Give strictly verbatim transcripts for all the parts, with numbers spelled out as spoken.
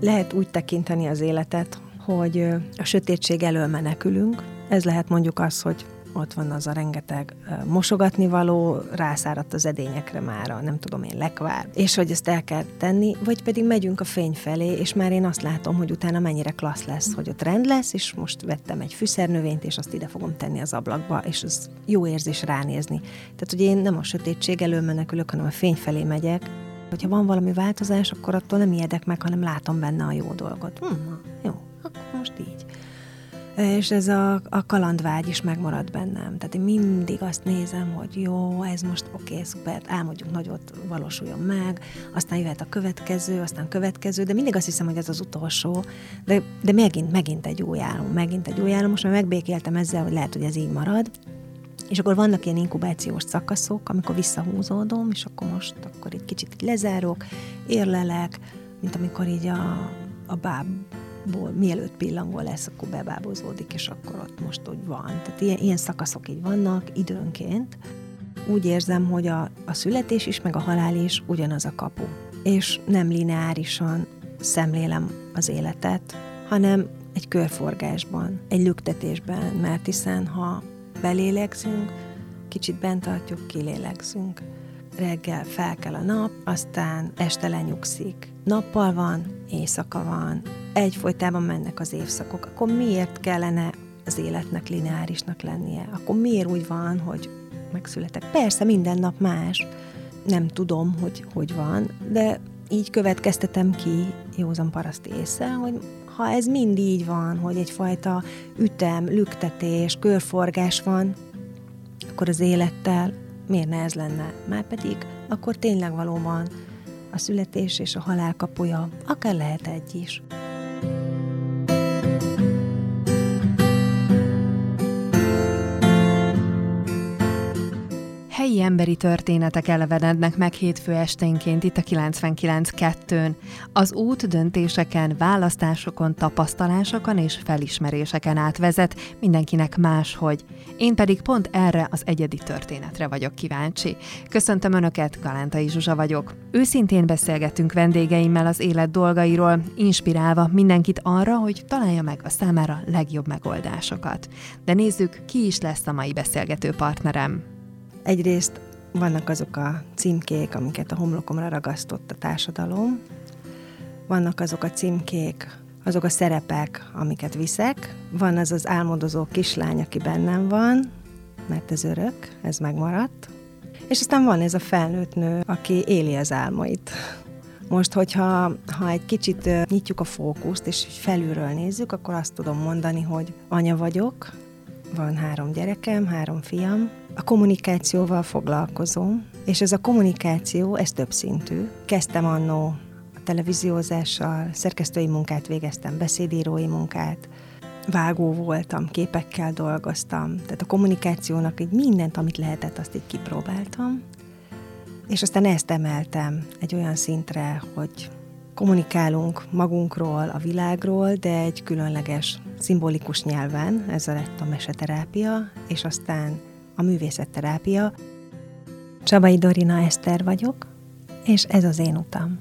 Lehet úgy tekinteni az életet, hogy a sötétség elől menekülünk. Ez lehet mondjuk az, hogy ott van az a rengeteg mosogatnivaló, rászáradt az edényekre már a nem tudom én lekvár, és hogy ezt el kell tenni, vagy pedig megyünk a fény felé, és már én azt látom, hogy utána mennyire klassz lesz, hogy ott rend lesz, és most vettem egy fűszernövényt, és azt ide fogom tenni az ablakba, és az jó érzés ránézni. Tehát, hogy én nem a sötétség elől menekülök, hanem a fény felé megyek. Hogyha van valami változás, akkor attól nem ijedek meg, hanem látom benne a jó dolgot. Hm, jó, akkor most így. És ez a, a kalandvágy is megmarad bennem. Tehát én mindig azt nézem, hogy jó, ez most oké, szuper, álmodjunk nagyot, valósuljon meg, aztán jöhet a következő, aztán következő, de mindig azt hiszem, hogy ez az utolsó, de, de megint, megint egy új álom, megint egy új álom. Most már megbékéltem ezzel, hogy lehet, hogy ez így marad. És akkor vannak ilyen inkubációs szakaszok, amikor visszahúzódom, és akkor most akkor egy kicsit így lezárok, érlelek, mint amikor így a, a bábból, mielőtt pillangó lesz, akkor bebábozódik, és akkor ott most úgy van. Tehát ilyen, ilyen szakaszok így vannak időnként. Úgy érzem, hogy a, a születés is, meg a halál is ugyanaz a kapu. És nem lineárisan szemlélem az életet, hanem egy körforgásban, egy lüktetésben, mert hiszen ha belélegzünk, kicsit bent tartjuk, kilélegzünk. Reggel felkel a nap, aztán este lenyugszik. Nappal van, éjszaka van, egyfolytában mennek az évszakok. Akkor miért kellene az életnek lineárisnak lennie? Akkor miért úgy van, hogy megszületek? Persze, minden nap más. Nem tudom, hogy hogy van, de így következtetem ki józan paraszti ésszel, hogy ha ez mind így van, hogy egyfajta ütem, lüktetés, körforgás van, akkor az élettel miért ne ez lenne? Márpedig akkor tényleg valóban a születés és a halál kapuja, akár lehet egy is. Helyi emberi történetek elevenednek meg hétfő esténként itt a kilencvenkilenc kettőn. Az út döntéseken, választásokon, tapasztalásokon és felismeréseken átvezet, mindenkinek máshogy. Én pedig pont erre az egyedi történetre vagyok kíváncsi. Köszöntöm Önöket, Galántai Zsuzsa vagyok. Őszintén beszélgetünk vendégeimmel az élet dolgairól, inspirálva mindenkit arra, hogy találja meg a számára legjobb megoldásokat. De nézzük, ki is lesz a mai beszélgető partnerem. Egyrészt vannak azok a címkék, amiket a homlokomra ragasztott a társadalom, vannak azok a címkék, azok a szerepek, amiket viszek, van az az álmodozó kislány, aki bennem van, mert ez örök, ez megmaradt, és aztán van ez a felnőtt nő, aki éli az álmait. Most, hogyha ha egy kicsit nyitjuk a fókuszt, és felülről nézzük, akkor azt tudom mondani, hogy anya vagyok, van három gyerekem, három fiam, a kommunikációval foglalkozom, és ez a kommunikáció, ez többszintű. Kezdtem annó a televíziózással, szerkesztői munkát végeztem, beszédírói munkát, vágó voltam, képekkel dolgoztam, tehát a kommunikációnak így mindent, amit lehetett, azt így kipróbáltam, és aztán ezt emeltem egy olyan szintre, hogy kommunikálunk magunkról, a világról, de egy különleges, szimbolikus nyelven, ez lett a meseterápia, és aztán a művészetterápia. Csabai Dorina Eszter vagyok, és ez az én utam.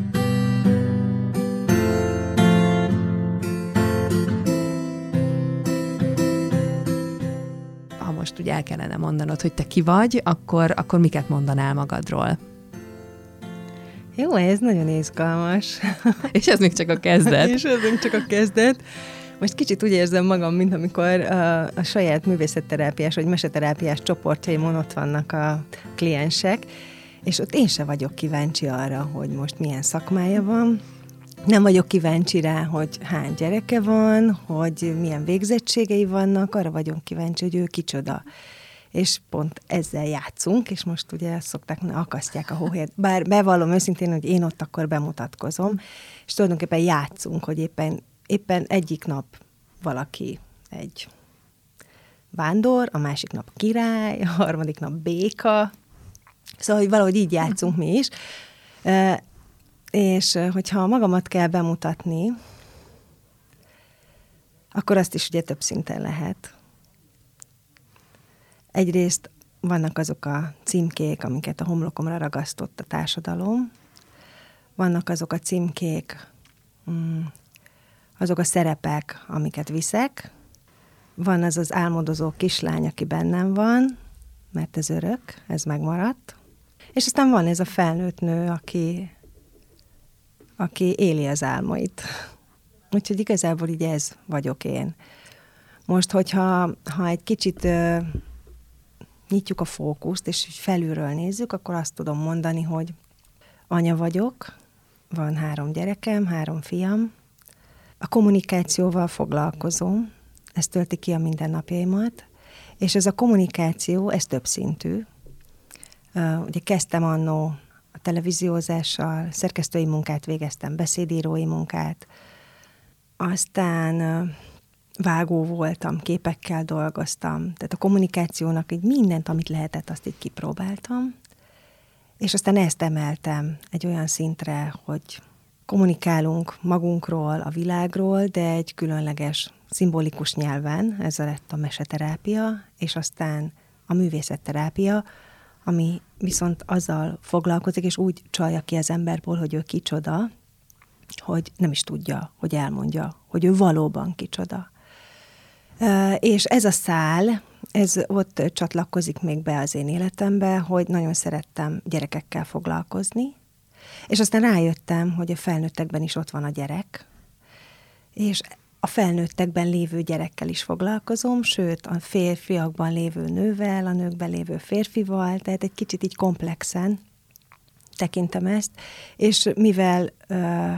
Ha most ugye el kellene mondanod, hogy te ki vagy, akkor, akkor miket mondanál magadról? Jó, ez nagyon izgalmas. És ez még csak a kezdet. És ez még csak a kezdet. Most kicsit úgy érzem magam, mint amikor a, a saját művészetterápiás vagy meseterápiás csoportjaimon ott vannak a kliensek, és ott én se vagyok kíváncsi arra, hogy most milyen szakmája van. Nem vagyok kíváncsi rá, hogy hány gyereke van, hogy milyen végzettségei vannak, arra vagyok kíváncsi, hogy ő kicsoda. És pont ezzel játszunk, és most ugye szokták, ne akasztják a hóhért. Bár bevallom őszintén, hogy én ott akkor bemutatkozom, és tulajdonképpen játszunk, hogy éppen, éppen egyik nap valaki egy vándor, a másik nap király, a harmadik nap béka, szóval, hogy valahogy így játszunk mi is. E, és hogyha magamat kell bemutatni, akkor azt is ugye több szinten lehet. Egyrészt vannak azok a címkék, amiket a homlokomra ragasztott a társadalom, vannak azok a címkék, mm, azok a szerepek, amiket viszek. Van az az álmodozó kislány, aki bennem van, mert ez örök, ez megmaradt. És aztán van ez a felnőtt nő, aki, aki éli az álmait. Úgyhogy igazából így ez vagyok én. Most, hogyha ha egy kicsit uh, nyitjuk a fókuszt, és felülről nézzük, akkor azt tudom mondani, hogy anya vagyok, van három gyerekem, három fiam, a kommunikációval foglalkozom, ez tölti ki a mindennapjaimat, és ez a kommunikáció, ez többszintű. Uh, ugye kezdtem annó a televíziózással, szerkesztői munkát végeztem, beszédírói munkát, aztán uh, vágó voltam, képekkel dolgoztam, tehát a kommunikációnak így mindent, amit lehetett, azt így kipróbáltam, és aztán ezt emeltem egy olyan szintre, hogy kommunikálunk magunkról, a világról, de egy különleges, szimbolikus nyelven, ez lett a meseterápia, és aztán a művészetterápia, ami viszont azzal foglalkozik, és úgy csalja ki az emberből, hogy ő kicsoda, hogy nem is tudja, hogy elmondja, hogy ő valóban kicsoda. És ez a szál, ez ott csatlakozik még be az én életembe, hogy nagyon szerettem gyerekekkel foglalkozni, és aztán rájöttem, hogy a felnőttekben is ott van a gyerek, és a felnőttekben lévő gyerekkel is foglalkozom, sőt, a férfiakban lévő nővel, a nőkben lévő férfival, tehát egy kicsit így komplexen tekintem ezt, és mivel uh,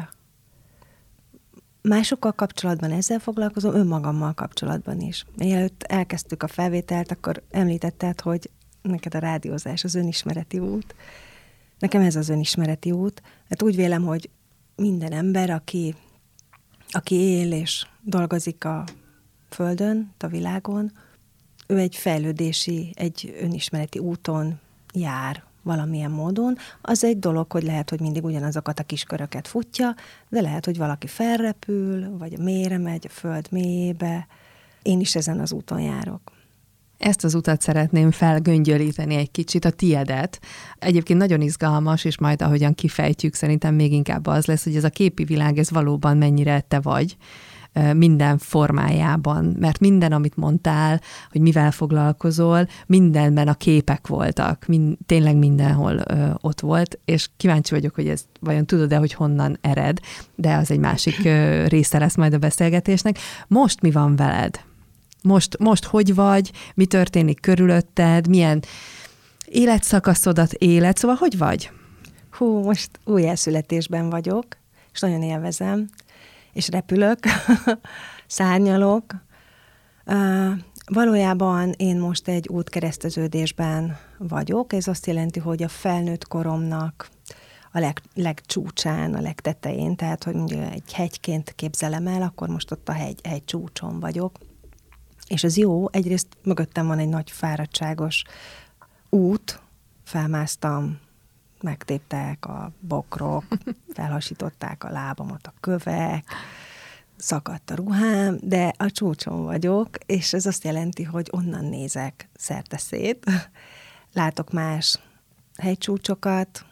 másokkal kapcsolatban ezzel foglalkozom, önmagammal kapcsolatban is. Mielőtt elkezdtük a felvételt, akkor említetted, hogy neked a rádiózás az önismereti út. Nekem ez az önismereti út. Hát úgy vélem, hogy minden ember, aki, aki él és dolgozik a földön, a világon, ő egy fejlődési, egy önismereti úton jár valamilyen módon. Az egy dolog, hogy lehet, hogy mindig ugyanazokat a kis köröket futja, de lehet, hogy valaki felrepül, vagy mélyre megy, a föld mélyébe. Én is ezen az úton járok. Ezt az utat szeretném felgöngyölíteni egy kicsit, a tiedet. Egyébként nagyon izgalmas, és majd ahogyan kifejtjük, szerintem még inkább az lesz, hogy ez a képi világ, ez valóban mennyire te vagy minden formájában, mert minden, amit mondtál, hogy mivel foglalkozol, mindenben a képek voltak, mind, tényleg mindenhol ö, ott volt, és kíváncsi vagyok, hogy ezt vajon tudod-e, hogy honnan ered, de az egy másik ö, része lesz majd a beszélgetésnek. Most mi van veled? Most, most hogy vagy? Mi történik körülötted? Milyen életszakaszodat éled? Szóval hogy vagy? Hú, most újjászületésben vagyok, és nagyon élvezem, és repülök, szárnyalok. Uh, valójában én most egy útkereszteződésben vagyok. Ez azt jelenti, hogy a felnőtt koromnak a leg, legcsúcsán, a legtetején, tehát hogy mondjuk egy hegyként képzelem el, akkor most ott a hegy, hegy csúcson vagyok. És ez jó, egyrészt mögöttem van egy nagy fáradtságos út, felmásztam, megtéptek a bokrok, felhasították a lábamat a kövek, szakadt a ruhám, de a csúcson vagyok, és ez azt jelenti, hogy onnan nézek szerteszét. Látok más hegycsúcsokat,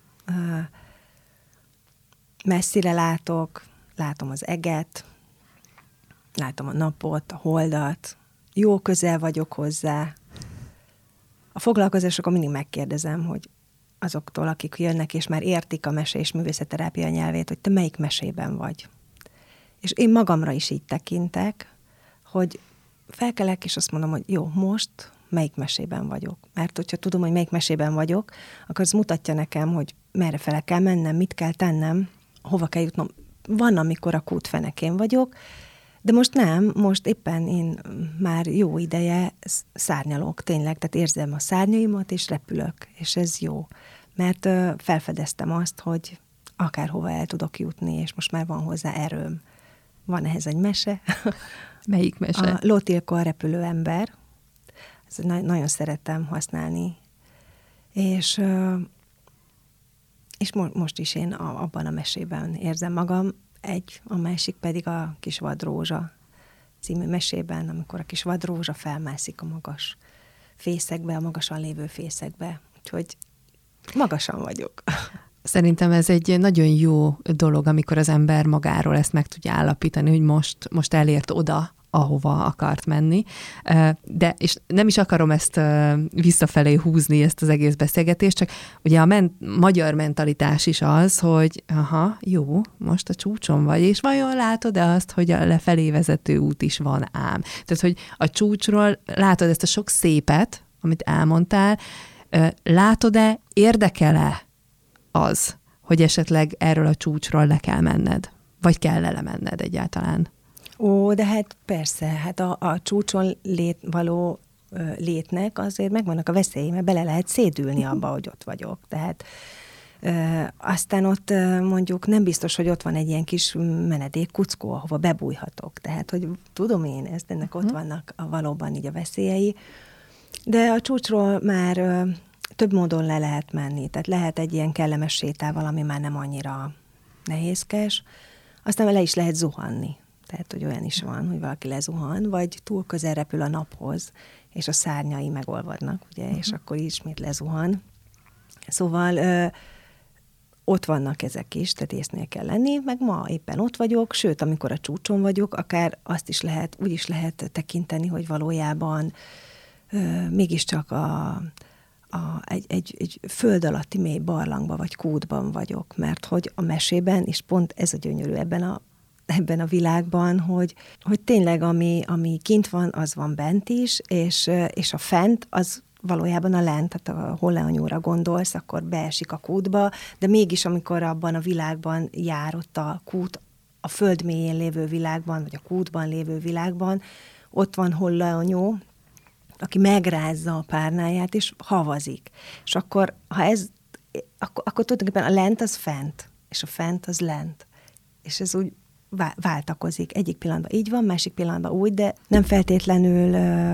messzire látok, látom az eget, látom a napot, a holdat, jó közel vagyok hozzá. A foglalkozásokon mindig megkérdezem, hogy azoktól, akik jönnek, és már értik a mese- és művészetterápia nyelvét, hogy te melyik mesében vagy. És én magamra is így tekintek, hogy felkelek, és azt mondom, hogy jó, most melyik mesében vagyok. Mert hogyha tudom, hogy melyik mesében vagyok, akkor az mutatja nekem, hogy merre fele kell mennem, mit kell tennem, hova kell jutnom. Van, amikor a kút fenekén vagyok, de most nem, most éppen én már jó ideje szárnyalok, tényleg, tehát érzem a szárnyaimat, és repülök, és ez jó. Mert uh, felfedeztem azt, hogy akárhova el tudok jutni, és most már van hozzá erőm. Van ehhez egy mese. Melyik mese? A Lótilko a repülő ember. Ezt na- nagyon szeretem használni. És, uh, és mo- most is én a- abban a mesében érzem magam. Egy, a másik pedig a Kis vadrózsa című mesében, amikor a kis vadrózsa felmászik a magas fészekbe, a magasan lévő fészekbe. Úgyhogy magasan vagyok. Szerintem ez egy nagyon jó dolog, amikor az ember magáról ezt meg tudja állapítani, hogy most, most elért oda, ahova akart menni. De, és nem is akarom ezt visszafelé húzni, ezt az egész beszélgetést, csak ugye a men- magyar mentalitás is az, hogy aha, jó, most a csúcson vagy, és vajon látod-e azt, hogy a lefelé vezető út is van ám? Tehát, hogy a csúcsról látod ezt a sok szépet, amit elmondtál, látod-e, érdekel-e az, hogy esetleg erről a csúcsról le kell menned? Vagy kell lemenned egyáltalán? Ó, de hát persze, hát a, a csúcson lét, való ö, létnek azért megvannak a veszélyei, mert bele lehet szédülni abba, hogy ott vagyok. Tehát ö, aztán ott ö, mondjuk nem biztos, hogy ott van egy ilyen kis menedék kuckó, ahova bebújhatok. Tehát, hogy tudom én ezt, ennek ott vannak a, valóban így a veszélyei. De a csúcsról már ö, több módon le lehet menni. Tehát lehet egy ilyen kellemes sétával, ami már nem annyira nehézkes. Aztán le is lehet zuhanni. Tehát, hogy olyan is van, hogy valaki lezuhan, vagy túl közel repül a naphoz, és a szárnyai megolvadnak, ugye, uh-huh. és akkor ismét lezuhan. Szóval ö, ott vannak ezek is, tehát észnél kell lenni, meg ma éppen ott vagyok, sőt, amikor a csúcson vagyok, akár azt is lehet, úgy is lehet tekinteni, hogy valójában ö, mégiscsak a, a, egy, egy, egy föld alatti mély barlangban vagy kútban vagyok, mert hogy a mesében, és pont ez a gyönyörű ebben a ebben a világban, hogy, hogy tényleg ami, ami kint van, az van bent is, és, és a fent, az valójában a lent, tehát a Holleanyóra gondolsz, akkor beesik a kútba, de mégis amikor abban a világban jár ott a kút, a föld mélyén lévő világban, vagy a kútban lévő világban, ott van Holleanyó, aki megrázza a párnáját, és havazik. És akkor, ha ez, akkor, akkor tulajdonképpen a lent az fent, és a fent az lent. És ez úgy váltakozik. Egyik pillanatban így van, másik pillanatban úgy, de nem feltétlenül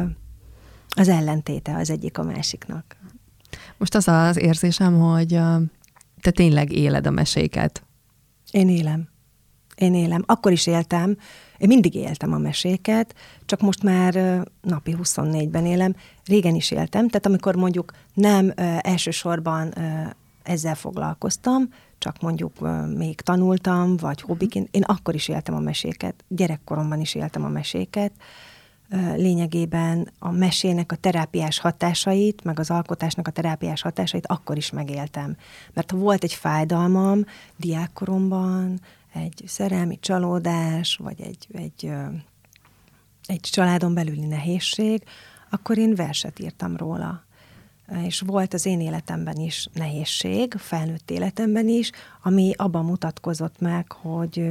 az ellentéte az egyik a másiknak. Most az az érzésem, hogy te tényleg éled a meséket. Én élem. Én élem. Akkor is éltem. Én mindig éltem a meséket, csak most már napi huszonnégyben élem. Régen is éltem, tehát amikor mondjuk nem elsősorban ezzel foglalkoztam, csak mondjuk uh, még tanultam, vagy hobbiként, én akkor is éltem a meséket, gyerekkoromban is éltem a meséket. Uh, lényegében a mesének a terápiás hatásait, meg az alkotásnak a terápiás hatásait akkor is megéltem. Mert ha volt egy fájdalmam diákkoromban, egy szerelmi csalódás, vagy egy, egy, uh, egy családon belüli nehézség, akkor én verset írtam róla. És volt az én életemben is nehézség, felnőtt életemben is, ami abban mutatkozott meg, hogy,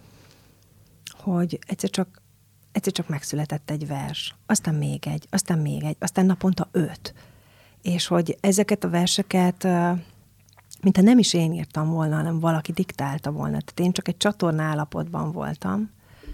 hogy egyszer csak, egyszer csak megszületett egy vers, aztán még egy, aztán még egy, aztán naponta öt. És hogy ezeket a verseket, mintha nem is én írtam volna, hanem valaki diktálta volna. Tehát én csak egy csatorna állapotban voltam.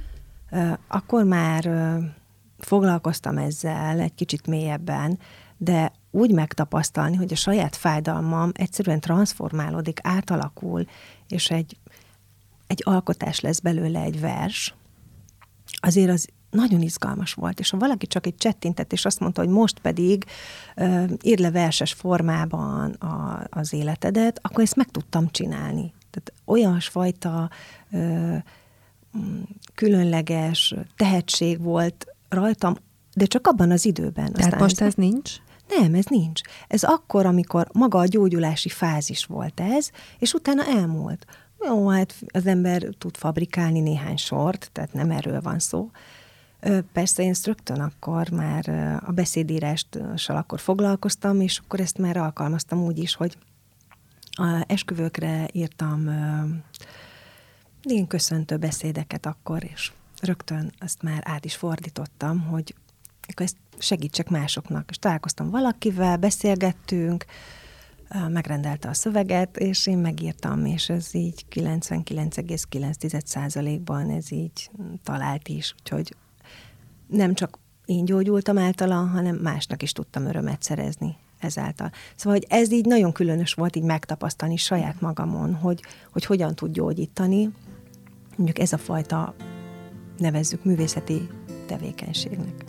Akkor már foglalkoztam ezzel egy kicsit mélyebben, de úgy megtapasztalni, hogy a saját fájdalmam egyszerűen transformálódik, átalakul, és egy, egy alkotás lesz belőle, egy vers, azért az nagyon izgalmas volt. És ha valaki csak egy csettintett, és azt mondta, hogy most pedig uh, írd le verses formában a, az életedet, akkor ezt meg tudtam csinálni. Tehát olyasfajta uh, különleges tehetség volt rajtam, de csak abban az időben. Tehát aztán most ez nincs? Nem, ez nincs. Ez akkor, amikor maga a gyógyulási fázis volt ez, és utána elmúlt. Jó, hát az ember tud fabrikálni néhány sort, tehát nem erről van szó. Persze én rögtön akkor már a beszédírással akkor foglalkoztam, és akkor ezt már alkalmaztam úgy is, hogy a esküvőkre írtam ilyen köszöntő beszédeket akkor, és rögtön ezt már át is fordítottam, hogy akkor ezt segítsek másoknak. És találkoztam valakivel, beszélgettünk, megrendelte a szöveget, és én megírtam, és ez így kilencvenkilenc egész kilenc százalékban ez így talált is, úgyhogy nem csak én gyógyultam általa, hanem másnak is tudtam örömet szerezni ezáltal. Szóval, hogy ez így nagyon különös volt így megtapasztalni saját magamon, hogy, hogy hogyan tud gyógyítani, mondjuk ez a fajta, nevezzük művészeti tevékenységnek.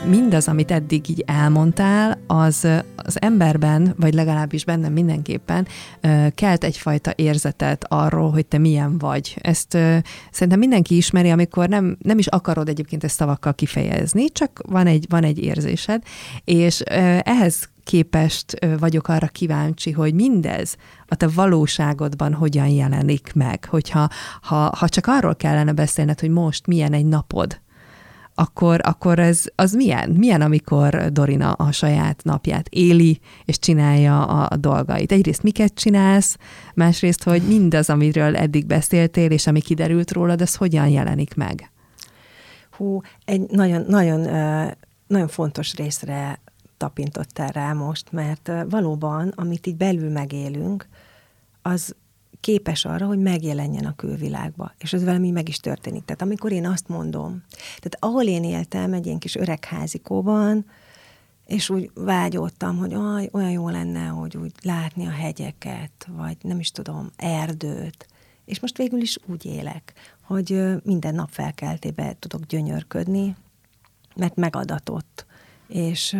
mindaz, amit eddig így elmondtál, az az emberben, vagy legalábbis bennem mindenképpen kelt egyfajta érzetet arról, hogy te milyen vagy. Ezt szerintem mindenki ismeri, amikor nem, nem is akarod egyébként ezt szavakkal kifejezni, csak van egy, van egy érzésed, és ehhez képest vagyok arra kíváncsi, hogy mindez a te valóságodban hogyan jelenik meg, hogyha ha, ha csak arról kellene beszélned, hogy most milyen egy napod, akkor, akkor ez az milyen? Milyen, amikor Dorina a saját napját éli, és csinálja a, a dolgait? Egyrészt miket csinálsz, másrészt, hogy mindaz, amiről eddig beszéltél, és ami kiderült rólad, az hogyan jelenik meg? Hú, egy nagyon, nagyon, nagyon fontos részre tapintottál rá most, mert valóban, amit így belül megélünk, az képes arra, hogy megjelenjen a külvilágba, és ez velem így meg is történik. Tehát amikor én azt mondom, tehát ahol én éltem, egy ilyen kis öregházikóban, és úgy vágyódtam, hogy aj, olyan jó lenne, hogy úgy látni a hegyeket, vagy nem is tudom, erdőt, és most végül is úgy élek, hogy minden nap felkeltébe tudok gyönyörködni, mert megadatott, és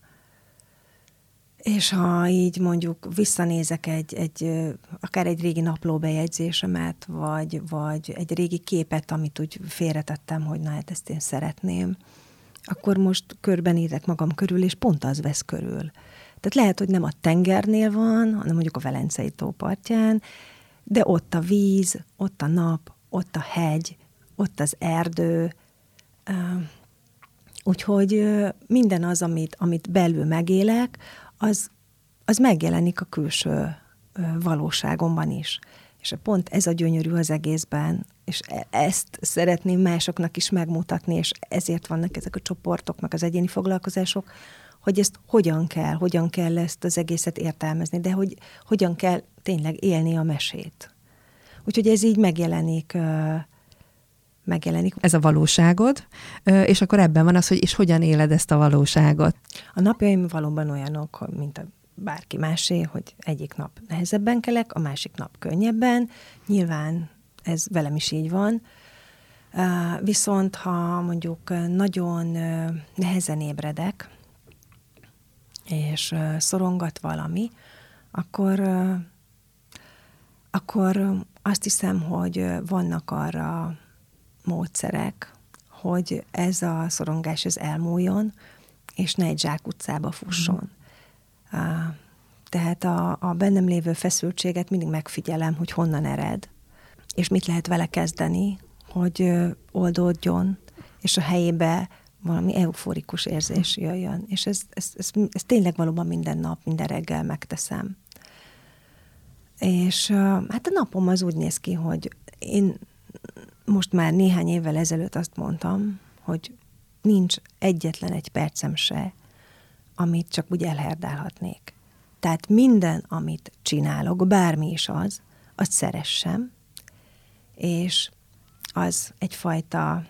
És ha így mondjuk visszanézek egy, egy, akár egy régi naplóbejegyzésemet, vagy, vagy egy régi képet, amit úgy félretettem, hogy na hát ezt én szeretném, akkor most körbenézek magam körül, és pont az vesz körül. Tehát lehet, hogy nem a tengernél van, hanem mondjuk a Velencei tó partján, de ott a víz, ott a nap, ott a hegy, ott az erdő. Úgyhogy minden az, amit, amit belül megélek, az, az megjelenik a külső valóságomban is. És pont ez a gyönyörű az egészben, és ezt szeretném másoknak is megmutatni, és ezért vannak ezek a csoportok, meg az egyéni foglalkozások, hogy ezt hogyan kell, hogyan kell ezt az egészet értelmezni, de hogy hogyan kell tényleg élni a mesét. Úgyhogy ez így megjelenik, megjelenik. Ez a valóságod, és akkor ebben van az, hogy és hogyan éled ezt a valóságot? A napjaim valóban olyanok, mint a bárki másé, hogy egyik nap nehezebben kelek, a másik nap könnyebben. Nyilván ez velem is így van. Viszont ha mondjuk nagyon nehezen ébredek, és szorongat valami, akkor, akkor azt hiszem, hogy vannak arra módszerek, hogy ez a szorongás ez elmúljon, és ne egy zsákutcába fusson. Mm. Uh, tehát a, a bennem lévő feszültséget mindig megfigyelem, hogy honnan ered, és mit lehet vele kezdeni, hogy uh, oldódjon, és a helyébe valami euforikus érzés jöjjön. És ez, ez, ez, ez tényleg valóban minden nap, minden reggel megteszem. És uh, hát a napom az úgy néz ki, hogy én most már néhány évvel ezelőtt azt mondtam, hogy nincs egyetlen egy percem se, amit csak úgy elherdálhatnék. Tehát minden, amit csinálok, bármi is az, azt szeressem, és az egyfajta,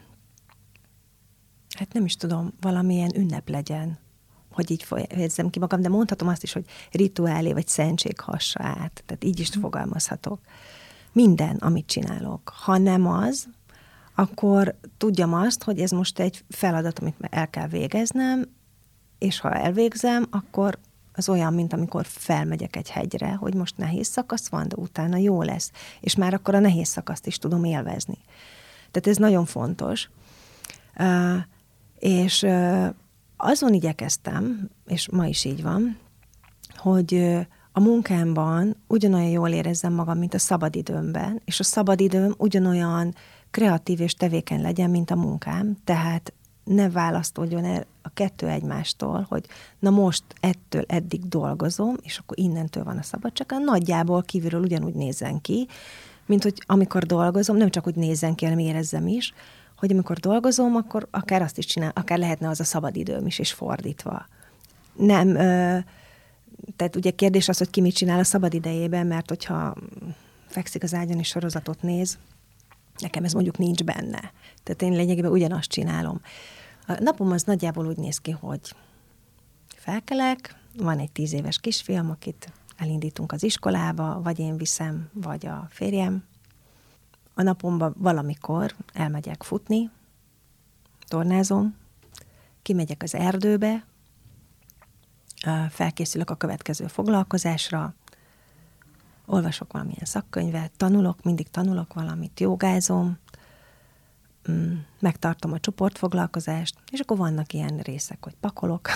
hát nem is tudom, valamilyen ünnep legyen, hogy így érzem ki magam, de mondhatom azt is, hogy rituálé vagy szentség hassa át. Tehát így is fogalmazhatok. Minden, amit csinálok. Ha nem az, akkor tudjam azt, hogy ez most egy feladat, amit el kell végeznem, és ha elvégzem, akkor az olyan, mint amikor felmegyek egy hegyre, hogy most nehéz szakasz van, de utána jó lesz. És már akkor a nehéz szakaszt is tudom élvezni. Tehát ez nagyon fontos. Uh, és uh, azon igyekeztem, és ma is így van, hogy uh, a munkámban ugyanolyan jól érezzem magam, mint a szabadidőmben, és a szabadidőm ugyanolyan kreatív és tevékeny legyen, mint a munkám, tehát ne választódjon el a kettő egymástól, hogy na most ettől eddig dolgozom, és akkor innentől van a szabadság, nagyjából kívülről ugyanúgy nézzen ki, mint hogy amikor dolgozom, nem csak úgy nézzen ki, hanem érezzem is, hogy amikor dolgozom, akkor akár azt is csinál, akár lehetne az a szabadidőm is, és fordítva. Nem, ö, tehát ugye kérdés az, hogy ki mit csinál a szabadidejében, mert hogyha fekszik az ágyon és sorozatot néz, nekem ez mondjuk nincs benne. Tehát én lényegében ugyanazt csinálom. A napom az nagyjából úgy néz ki, hogy felkelek, van egy tíz éves kisfiam, akit elindítunk az iskolába, vagy én viszem, vagy a férjem. A napomban valamikor elmegyek futni, tornázom, kimegyek az erdőbe, felkészülök a következő foglalkozásra, olvasok valamilyen szakkönyvet, tanulok, mindig tanulok valamit, jogázom, megtartom a csoportfoglalkozást, és akkor vannak ilyen részek, hogy pakolok.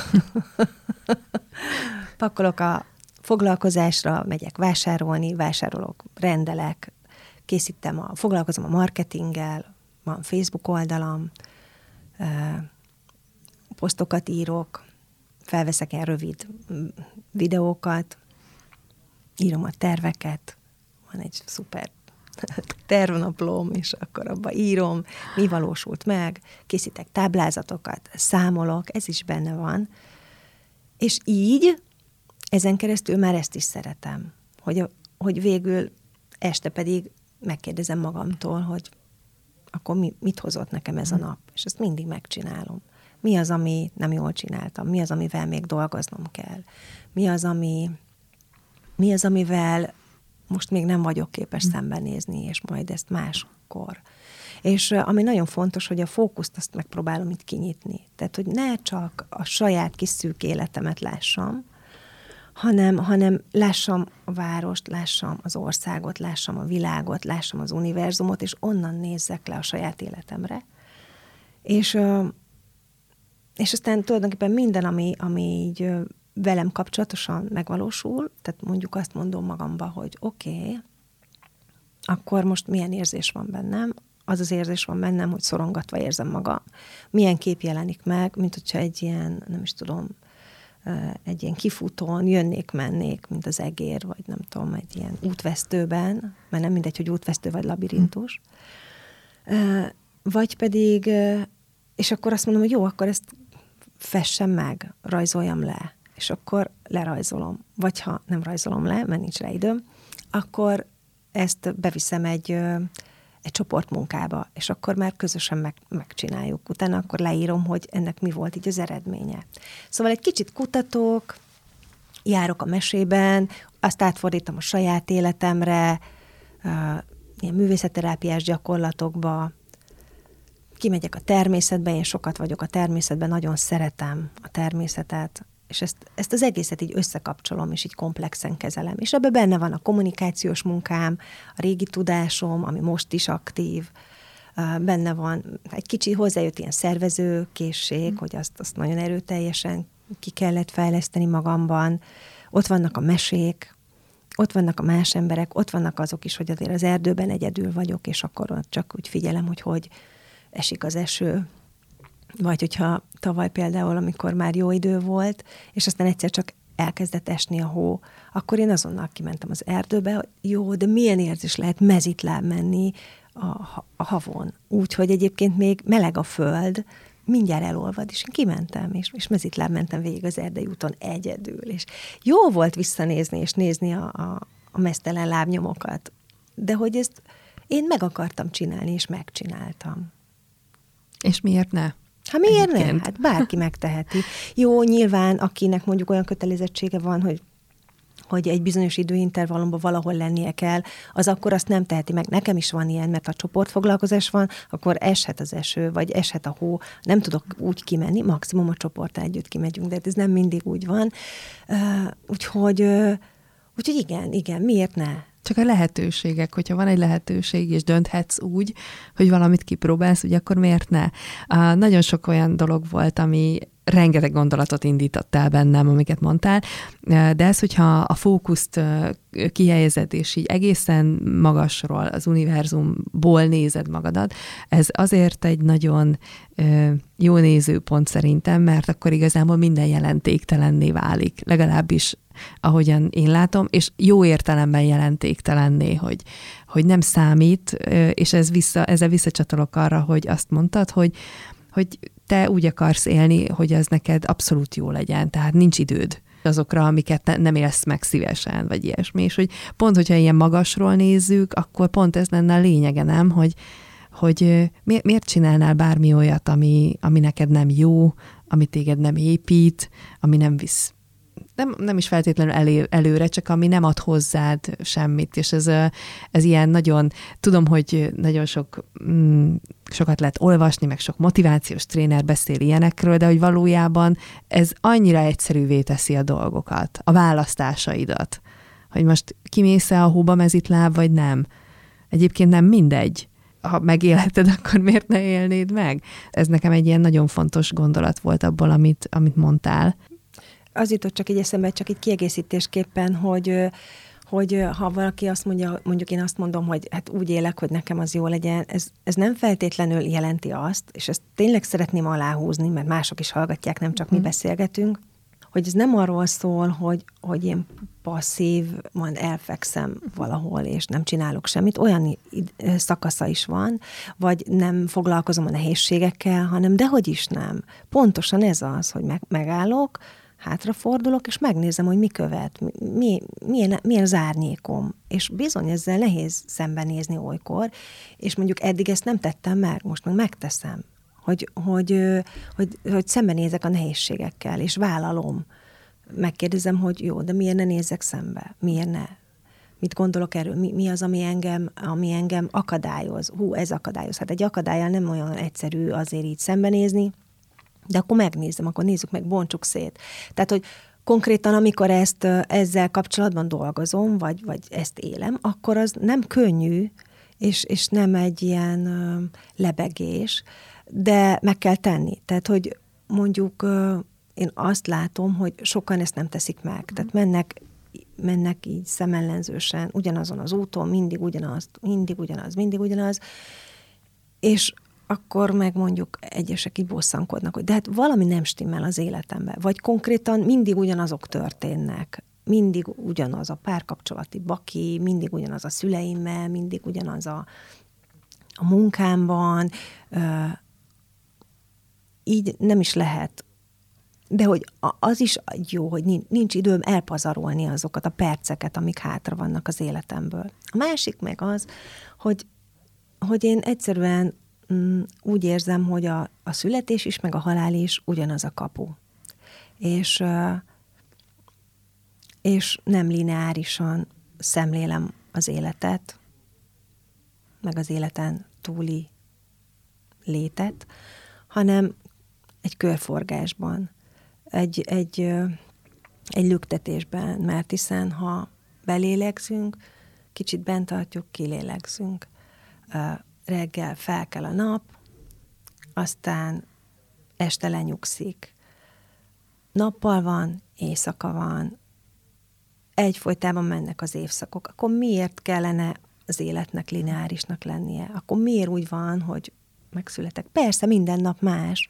pakolok a foglalkozásra, megyek vásárolni, vásárolok, rendelek, készítem, a, foglalkozom a marketinggel, van Facebook oldalam, posztokat írok, felveszek ilyen rövid videókat, írom a terveket, van egy szuper tervnaplóm, és akkor abba írom, mi valósult meg, készítek táblázatokat, számolok, ez is benne van. És így, ezen keresztül már ezt is szeretem, hogy, hogy végül este pedig megkérdezem magamtól, hogy akkor mi, mit hozott nekem ez a nap, és ezt mindig megcsinálom. Mi az, ami nem jól csináltam, mi az, amivel még dolgoznom kell, mi az, ami, mi az, amivel most még nem vagyok képes szembenézni, és majd ezt máskor. És ami nagyon fontos, hogy a fókuszt azt megpróbálom itt kinyitni. Tehát, hogy ne csak a saját kis szűk életemet lássam, hanem, hanem lássam a várost, lássam az országot, lássam a világot, lássam az univerzumot, és onnan nézzek le a saját életemre. És, és aztán tulajdonképpen minden, ami, ami így velem kapcsolatosan megvalósul, tehát mondjuk azt mondom magamba, hogy oké, okay, akkor most milyen érzés van bennem, az az érzés van bennem, hogy szorongatva érzem magam. Milyen kép jelenik meg, mint hogyha egy ilyen, nem is tudom, egy ilyen kifutón jönnék, mennék, mint az egér, vagy nem tudom, egy ilyen útvesztőben, mert nem mindegy, hogy útvesztő vagy labirintus. Vagy pedig, és akkor azt mondom, hogy jó, akkor ezt fessem meg, rajzoljam le, és akkor lerajzolom. Vagy ha nem rajzolom le, mert nincs rá időm, akkor ezt beviszem egy, egy csoportmunkába, és akkor már közösen meg, megcsináljuk. Utána akkor leírom, hogy ennek mi volt így az eredménye. Szóval egy kicsit kutatok, járok a mesében, azt átfordítom a saját életemre, ilyen művészetterápiás gyakorlatokba, kimegyek a természetbe, én sokat vagyok a természetben, nagyon szeretem a természetet, és ezt, ezt az egészet így összekapcsolom, és így komplexen kezelem. És ebben benne van a kommunikációs munkám, a régi tudásom, ami most is aktív, benne van egy kicsi hozzájött ilyen szervezőkészség, hogy azt, azt nagyon erőteljesen ki kellett fejleszteni magamban. Ott vannak a mesék, ott vannak a más emberek, ott vannak azok is, hogy azért az erdőben egyedül vagyok, és akkor csak úgy figyelem, hogy hogy esik az eső. Vagy hogyha tavaly például, amikor már jó idő volt, és aztán egyszer csak elkezdett esni a hó, akkor én azonnal kimentem az erdőbe, hogy jó, de milyen érzés lehet mezitláb menni a, a havon. Úgyhogy egyébként még meleg a föld, mindjárt elolvad, és én kimentem, és, és mezitláb mentem végig az erdei úton egyedül, és jó volt visszanézni, és nézni a, a, a meztelen lábnyomokat, de hogy ezt én meg akartam csinálni, és megcsináltam. És miért ne? Hát miért ne? Hát bárki megteheti. Jó, nyilván, akinek mondjuk olyan kötelezettsége van, hogy hogy egy bizonyos időintervallumban valahol lennie kell, az akkor azt nem teheti meg. Nekem is van ilyen, mert a csoportfoglalkozás van, akkor eshet az eső, vagy eshet a hó, nem tudok úgy kimenni, maximum a csoporttal együtt kimegyünk, de ez nem mindig úgy van. Uh, úgyhogy, uh, úgyhogy igen, igen, miért ne? Csak a lehetőségek, hogyha van egy lehetőség, és dönthetsz úgy, hogy valamit kipróbálsz, ugye akkor miért ne? Uh, nagyon sok olyan dolog volt, ami rengeteg gondolatot indított el bennem, amiket mondtál, de ez, hogyha a fókuszt kihelyezed, és így egészen magasról, az univerzumból nézed magadat, ez azért egy nagyon jó nézőpont szerintem, mert akkor igazából minden jelentéktelenné válik, legalábbis ahogyan én látom, és jó értelemben jelentéktelenné, hogy, hogy nem számít, és ez vissza, ezzel visszacsatolok arra, hogy azt mondtad, hogy, hogy te úgy akarsz élni, hogy ez neked abszolút jó legyen, tehát nincs időd azokra, amiket nem élsz meg szívesen, vagy ilyesmi, és hogy pont, hogyha ilyen magasról nézzük, akkor pont ez lenne a lényege, nem, hogy, hogy miért csinálnál bármi olyat, ami, ami neked nem jó, ami téged nem épít, ami nem visz nem, nem is feltétlenül elő, előre, csak ami nem ad hozzád semmit, és ez, ez ilyen nagyon, tudom, hogy nagyon sok, mm, sokat lehet olvasni, meg sok motivációs tréner beszél ilyenekről, de hogy valójában ez annyira egyszerűvé teszi a dolgokat, a választásaidat, hogy most kimész-e a hóba mezitláb, vagy nem. Egyébként nem mindegy. Ha megélheted, akkor miért ne élnéd meg? Ez nekem egy ilyen nagyon fontos gondolat volt abból, amit, amit mondtál. Az jutott csak így eszembe, csak így kiegészítésképpen, hogy, hogy ha valaki azt mondja, mondjuk én azt mondom, hogy hát úgy élek, hogy nekem az jó legyen, ez, ez nem feltétlenül jelenti azt, és ezt tényleg szeretném aláhúzni, mert mások is hallgatják, nem csak mi beszélgetünk, hogy ez nem arról szól, hogy, hogy én passzív, majd elfekszem valahol, és nem csinálok semmit. Olyan szakasza is van, vagy nem foglalkozom a nehézségekkel, hanem dehogy is nem. Pontosan ez az, hogy meg, megállok, hátrafordulok, és megnézem, hogy mi követ, mi, milyen, milyen az árnyékom. És bizony ezzel nehéz szembenézni olykor, és mondjuk eddig ezt nem tettem meg, most meg megteszem. Hogy, hogy, hogy, hogy szembenézek a nehézségekkel, és vállalom. Megkérdezem, hogy jó, de miért ne nézzek szembe? Miért ne? Mit gondolok erről? Mi, mi az, ami engem, ami engem akadályoz? Hú, ez akadályoz. Hát egy akadállyal nem olyan egyszerű azért így szembenézni, de akkor megnézem, akkor nézzük meg, bontsuk szét. Tehát, hogy konkrétan, amikor ezt ezzel kapcsolatban dolgozom, vagy, vagy ezt élem, akkor az nem könnyű, és, és nem egy ilyen lebegés, de meg kell tenni. Tehát, hogy mondjuk én azt látom, hogy sokan ezt nem teszik meg. Tehát mennek, mennek így szemellenzősen, ugyanazon az úton, mindig ugyanaz, mindig ugyanaz, mindig ugyanaz, és akkor meg mondjuk egyesek így bosszankodnak, hogy de hát valami nem stimmel az életemben. Vagy konkrétan mindig ugyanazok történnek. Mindig ugyanaz a párkapcsolati baki, mindig ugyanaz a szüleimmel, mindig ugyanaz a, a munkámban. Így nem is lehet. De hogy az is jó, hogy nincs időm elpazarolni azokat a perceket, amik hátra vannak az életemből. A másik meg az, hogy, hogy én egyszerűen mm, úgy érzem, hogy a, a születés is, meg a halál is ugyanaz a kapu. És, és nem lineárisan szemlélem az életet, meg az életen túli létet, hanem egy körforgásban, egy, egy, egy lüktetésben, mert hiszen ha belélegzünk, kicsit bent tartjuk, kilélegzünk. Reggel felkel a nap, aztán este lenyugszik. Nappal van, éjszaka van, egyfolytában mennek az évszakok. Akkor miért kellene az életnek lineárisnak lennie? Akkor miért úgy van, hogy megszületek? Persze, minden nap más,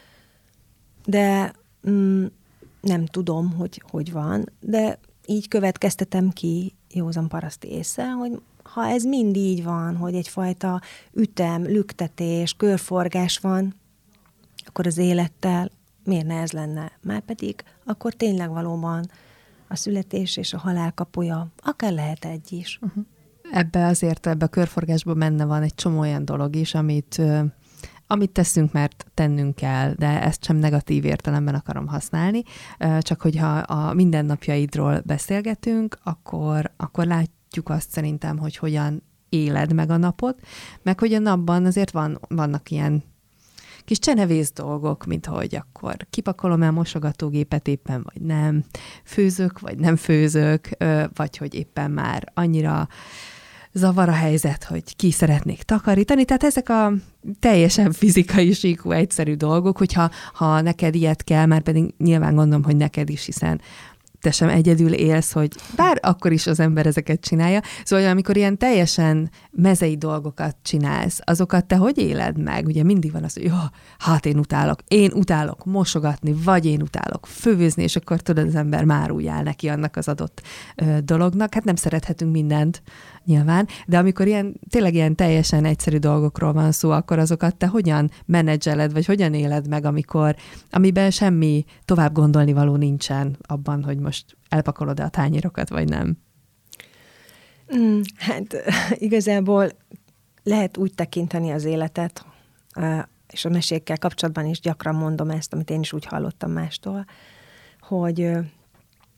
de mm, nem tudom, hogy hogy van, de így következtetem ki józan paraszti ésszel, hogy ha ez mind így van, hogy egyfajta ütem, lüktetés, körforgás van, akkor az élettel miért ne ez lenne? Márpedig akkor tényleg valóban a születés és a halál kapuja, akár lehet egy is. Uh-huh. Ebbe azért, ebbe a körforgásban benne van egy csomó olyan dolog is, amit, amit teszünk, mert tennünk kell, de ezt sem negatív értelemben akarom használni, csak hogyha a mindennapjaidról beszélgetünk, akkor, akkor látjuk azt szerintem, hogy hogyan éled meg a napot, meg hogy a napban azért van, vannak ilyen kis csenevész dolgok, mint hogy akkor kipakolom el mosogatógépet éppen, vagy nem, főzök, vagy nem főzök, vagy hogy éppen már annyira zavar a helyzet, hogy ki szeretnék takarítani. Tehát ezek a teljesen fizikai síkú, egyszerű dolgok, hogyha ha neked ilyet kell, már pedig nyilván gondolom, hogy neked is, hiszen te sem egyedül élsz, hogy bár akkor is az ember ezeket csinálja. Szóval amikor ilyen teljesen mezei dolgokat csinálsz, azokat te hogy éled meg? Ugye mindig van az, hogy jó, hát én utálok, én utálok mosogatni, vagy én utálok főzni, és akkor tudod, az ember már úgy áll neki annak az adott ö, dolognak. Hát nem szerethetünk mindent nyilván, de amikor ilyen, tényleg ilyen teljesen egyszerű dolgokról van szó, akkor azokat te hogyan menedzseled, vagy hogyan éled meg, amikor, amiben semmi tovább gondolni való nincsen abban, hogy most elpakolod-e a tányérokat, vagy nem? Mm, hát igazából lehet úgy tekinteni az életet, és a mesékkel kapcsolatban is gyakran mondom ezt, amit én is úgy hallottam mástól, hogy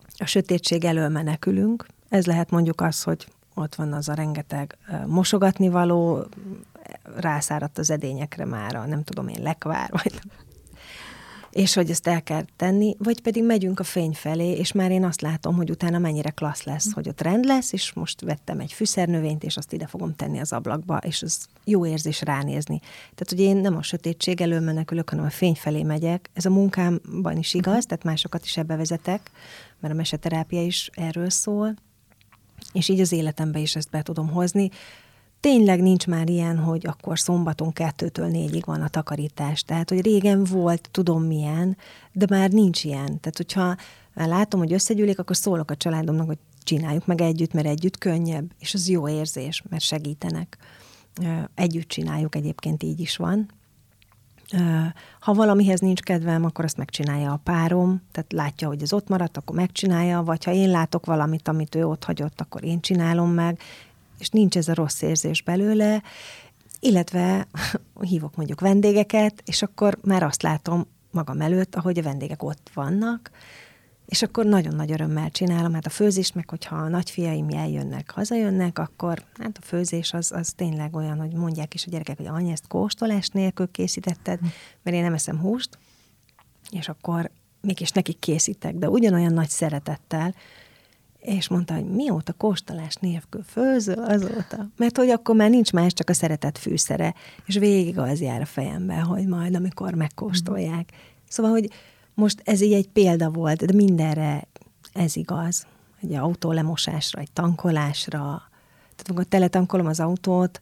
a sötétség elől menekülünk. Ez lehet mondjuk az, hogy ott van az a rengeteg mosogatni való, rászáradt az edényekre már a nem tudom én lekvár, vagy és hogy ezt el kell tenni, vagy pedig megyünk a fény felé, és már én azt látom, hogy utána mennyire klassz lesz, hogy ott rend lesz, és most vettem egy fűszernövényt, és azt ide fogom tenni az ablakba, és ez jó érzés ránézni. Tehát, hogy én nem a sötétség elől menekülök, hanem a fény felé megyek. Ez a munkámban is igaz, tehát másokat is ebbe vezetek, mert a meseterápia is erről szól, és így az életembe is ezt be tudom hozni. Tényleg nincs már ilyen, hogy akkor szombaton kettőtől négyig van a takarítás. Tehát, hogy régen volt, tudom milyen, de már nincs ilyen. Tehát, hogyha már látom, hogy összegyűlik, akkor szólok a családomnak, hogy csináljuk meg együtt, mert együtt könnyebb, és az jó érzés, mert segítenek. Együtt csináljuk, egyébként így is van. Ha valamihez nincs kedvem, akkor azt megcsinálja a párom, tehát látja, hogy ez ott maradt, akkor megcsinálja, vagy ha én látok valamit, amit ő ott hagyott, akkor én csinálom meg, és nincs ez a rossz érzés belőle, illetve hívok mondjuk vendégeket, és akkor már azt látom magam előtt, ahogy a vendégek ott vannak, és akkor nagyon nagy örömmel csinálom. Hát a főzést, meg hogyha a nagyfiaim eljönnek, hazajönnek, akkor hát a főzés az, az tényleg olyan, hogy mondják is a gyerekek, hogy anya, ezt kóstolás nélkül készítetted, mert én nem eszem húst, és akkor mégis nekik készítek, de ugyanolyan nagy szeretettel, és mondta, hogy mióta kóstolás nélkül főzöl, azóta. Mert hogy akkor már nincs más, csak a szeretet fűszere, és végig az jár a fejemben, hogy majd, amikor megkóstolják. Szóval, hogy most ez így egy példa volt, de mindenre ez igaz. Egy autó lemosásra, egy tankolásra. Tehát amikor teletankolom az autót,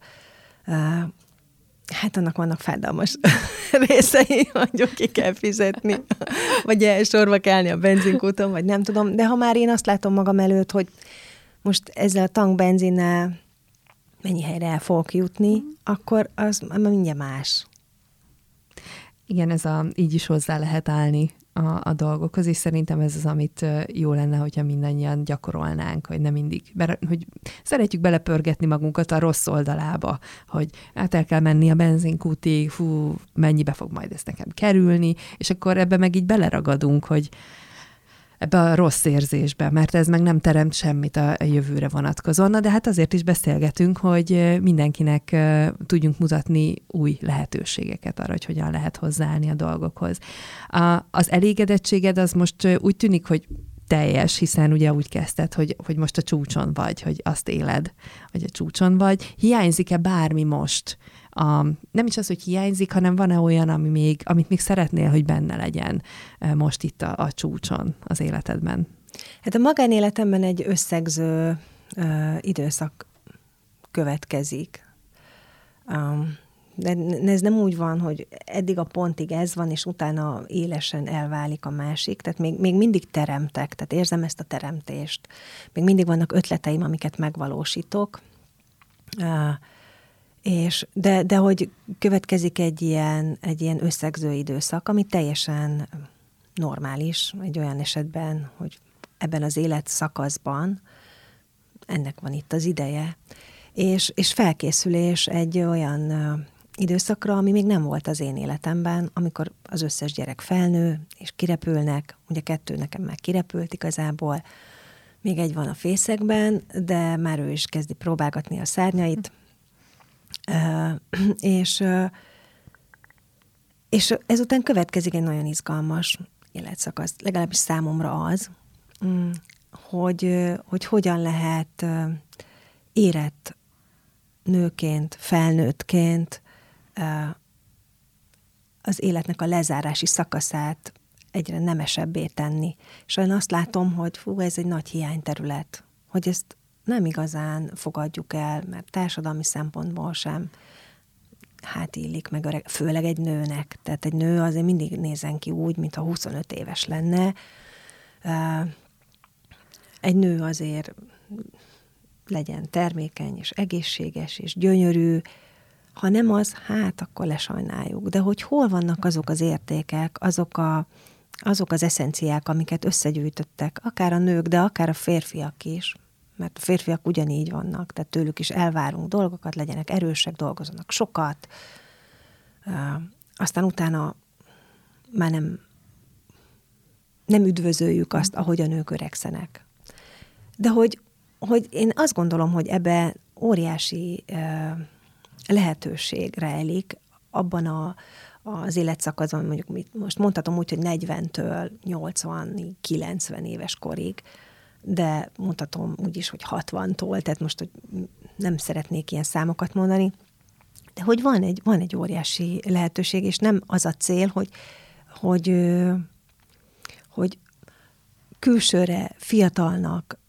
hát annak vannak fájdalmas részei, hogy ki kell fizetni, vagy sorba kell állni a benzinkúton, vagy nem tudom. De ha már én azt látom magam előtt, hogy most ezzel a tankbenzinnel mennyi helyre el fogok jutni, akkor az mindjárt más. Igen, ez a, így is hozzá lehet állni a, a dolgokhoz, és szerintem ez az, amit jó lenne, hogyha mindannyian gyakorolnánk, hogy nem mindig, mert hogy szeretjük belepörgetni magunkat a rossz oldalába, hogy hát el kell menni a benzinkútig, fú, mennyibe fog majd ez nekem kerülni, és akkor ebbe meg így beleragadunk, hogy ebbe a rossz érzésbe, mert ez meg nem teremt semmit a, a jövőre vonatkozóan. Na, de hát azért is beszélgetünk, hogy mindenkinek uh, tudjunk mutatni új lehetőségeket arra, hogy hogyan lehet hozzáállni a dolgokhoz. A, az elégedettséged az most uh, úgy tűnik, hogy teljes, hiszen ugye úgy kezdted, hogy, hogy most a csúcson vagy, hogy azt éled, hogy a csúcson vagy. Hiányzik-e bármi most? A, nem is az, hogy hiányzik, hanem van-e olyan, ami még, amit még szeretnél, hogy benne legyen most itt a, a csúcson az életedben? Hát a magánéletemben egy összegző uh, időszak következik. Um, de ez nem úgy van, hogy eddig a pontig ez van, és utána élesen elválik a másik. Tehát még, még mindig teremtek, tehát érzem ezt a teremtést. Még mindig vannak ötleteim, amiket megvalósítok. Uh, És, de, de hogy következik egy ilyen, egy ilyen összegző időszak, ami teljesen normális egy olyan esetben, hogy ebben az életszakaszban ennek van itt az ideje, és, és felkészülés egy olyan uh, időszakra, ami még nem volt az én életemben, amikor az összes gyerek felnő, és kirepülnek, ugye kettő nekem már kirepült igazából, még egy van a fészekben, de már ő is kezdi próbálgatni a szárnyait, Uh, és, uh, és ezután következik egy nagyon izgalmas életszakasz, legalábbis számomra az, um, hogy, uh, hogy hogyan lehet uh, érett nőként, felnőttként uh, az életnek a lezárási szakaszát egyre nemesebbé tenni. És olyan azt látom, hogy fú, ez egy nagy hiányterület, hogy ezt nem igazán fogadjuk el, mert társadalmi szempontból sem hát illik meg, a, főleg egy nőnek. Tehát egy nő azért mindig nézen ki úgy, mintha huszonöt éves lenne. Egy nő azért legyen termékeny, és egészséges, és gyönyörű. Ha nem az, hát akkor lesajnáljuk. De hogy hol vannak azok az értékek, azok, a, azok az eszenciák, amiket összegyűjtöttek, akár a nők, de akár a férfiak is, mert a férfiak ugyanígy vannak, tehát tőlük is elvárunk dolgokat, legyenek erősek, dolgozzanak sokat, aztán utána már nem nem üdvözöljük azt, ahogy a nők öregszenek. De hogy, hogy én azt gondolom, hogy ebbe óriási lehetőség rejlik abban a, az életszakaszban, mondjuk mit, most mondhatom úgy, hogy negyventől nyolcvanig, kilencven éves korig, de mondhatom úgy is, hogy hatvantól, tehát most hogy nem szeretnék ilyen számokat mondani, de hogy van egy, van egy óriási lehetőség, és nem az a cél, hogy, hogy, hogy külsőre fiatalnak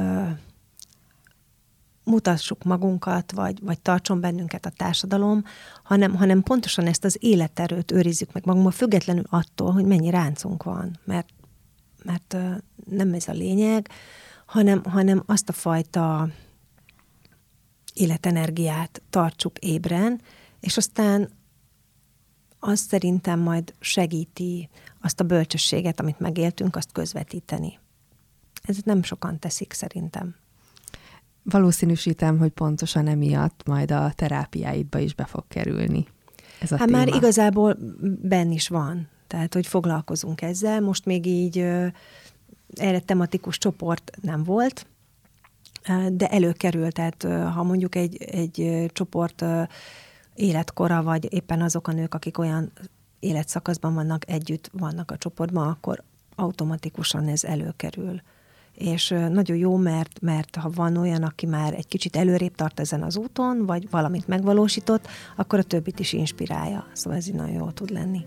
mutassuk magunkat, vagy, vagy tartson bennünket a társadalom, hanem, hanem pontosan ezt az életerőt őrizzük meg magunkban, függetlenül attól, hogy mennyi ráncunk van, mert, mert nem ez a lényeg, hanem, hanem azt a fajta életenergiát tartsuk ébren, és aztán az szerintem majd segíti azt a bölcsességet, amit megéltünk, azt közvetíteni. Ezt nem sokan teszik szerintem. Valószínűsítem, hogy pontosan emiatt majd a terápiáidba is be fog kerülni ez a hát téma. Már igazából benn is van, tehát hogy foglalkozunk ezzel. Most még így erre tematikus csoport nem volt, de előkerül, tehát ha mondjuk egy, egy csoport életkora, vagy éppen azok a nők, akik olyan életszakaszban vannak, együtt vannak a csoportban, akkor automatikusan ez előkerül. És nagyon jó, mert, mert ha van olyan, aki már egy kicsit előrébb tart ezen az úton, vagy valamit megvalósított, akkor a többit is inspirálja. Szóval ez így nagyon jó tud lenni.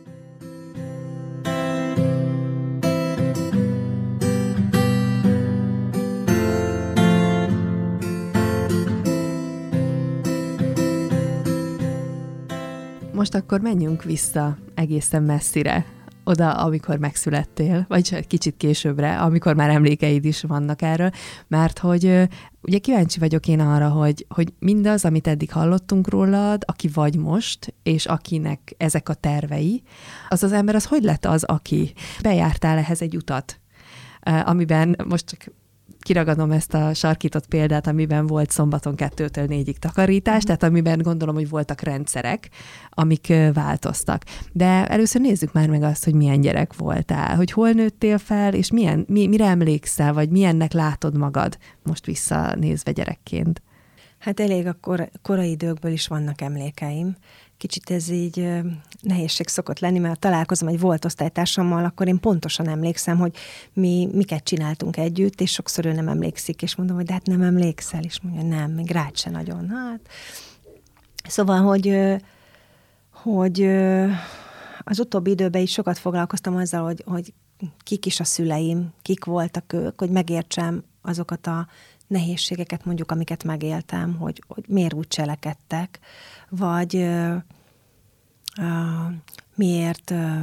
Most akkor menjünk vissza egészen messzire, oda, amikor megszülettél, vagy egy kicsit későbbre, amikor már emlékeid is vannak erről, mert hogy ugye kíváncsi vagyok én arra, hogy, hogy mindaz, amit eddig hallottunk rólad, aki vagy most, és akinek ezek a tervei, az az ember az hogy lett az, aki bejártál ehhez egy utat, amiben most csak kiragadom ezt a sarkított példát, amiben volt szombaton kettőtől négyig takarítás, tehát amiben gondolom, hogy voltak rendszerek, amik változtak. De először nézzük már meg azt, hogy milyen gyerek voltál, hogy hol nőttél fel, és milyen, mi, mire emlékszel, vagy milyennek látod magad most visszanézve gyerekként. Hát elég a kor, korai időkből is vannak emlékeim. Kicsit ez így nehézség szokott lenni, mert találkozom egy volt osztálytársammal, akkor én pontosan emlékszem, hogy mi miket csináltunk együtt, és sokszor ő nem emlékszik, és mondom, hogy de hát nem emlékszel, és mondja, nem, még rád se nagyon. Hát. Szóval, hogy, hogy az utóbbi időben is sokat foglalkoztam azzal, hogy, hogy kik is a szüleim, kik voltak ők, hogy megértsem azokat a nehézségeket, mondjuk, amiket megéltem, hogy, hogy miért úgy cselekedtek, vagy uh, uh, miért uh,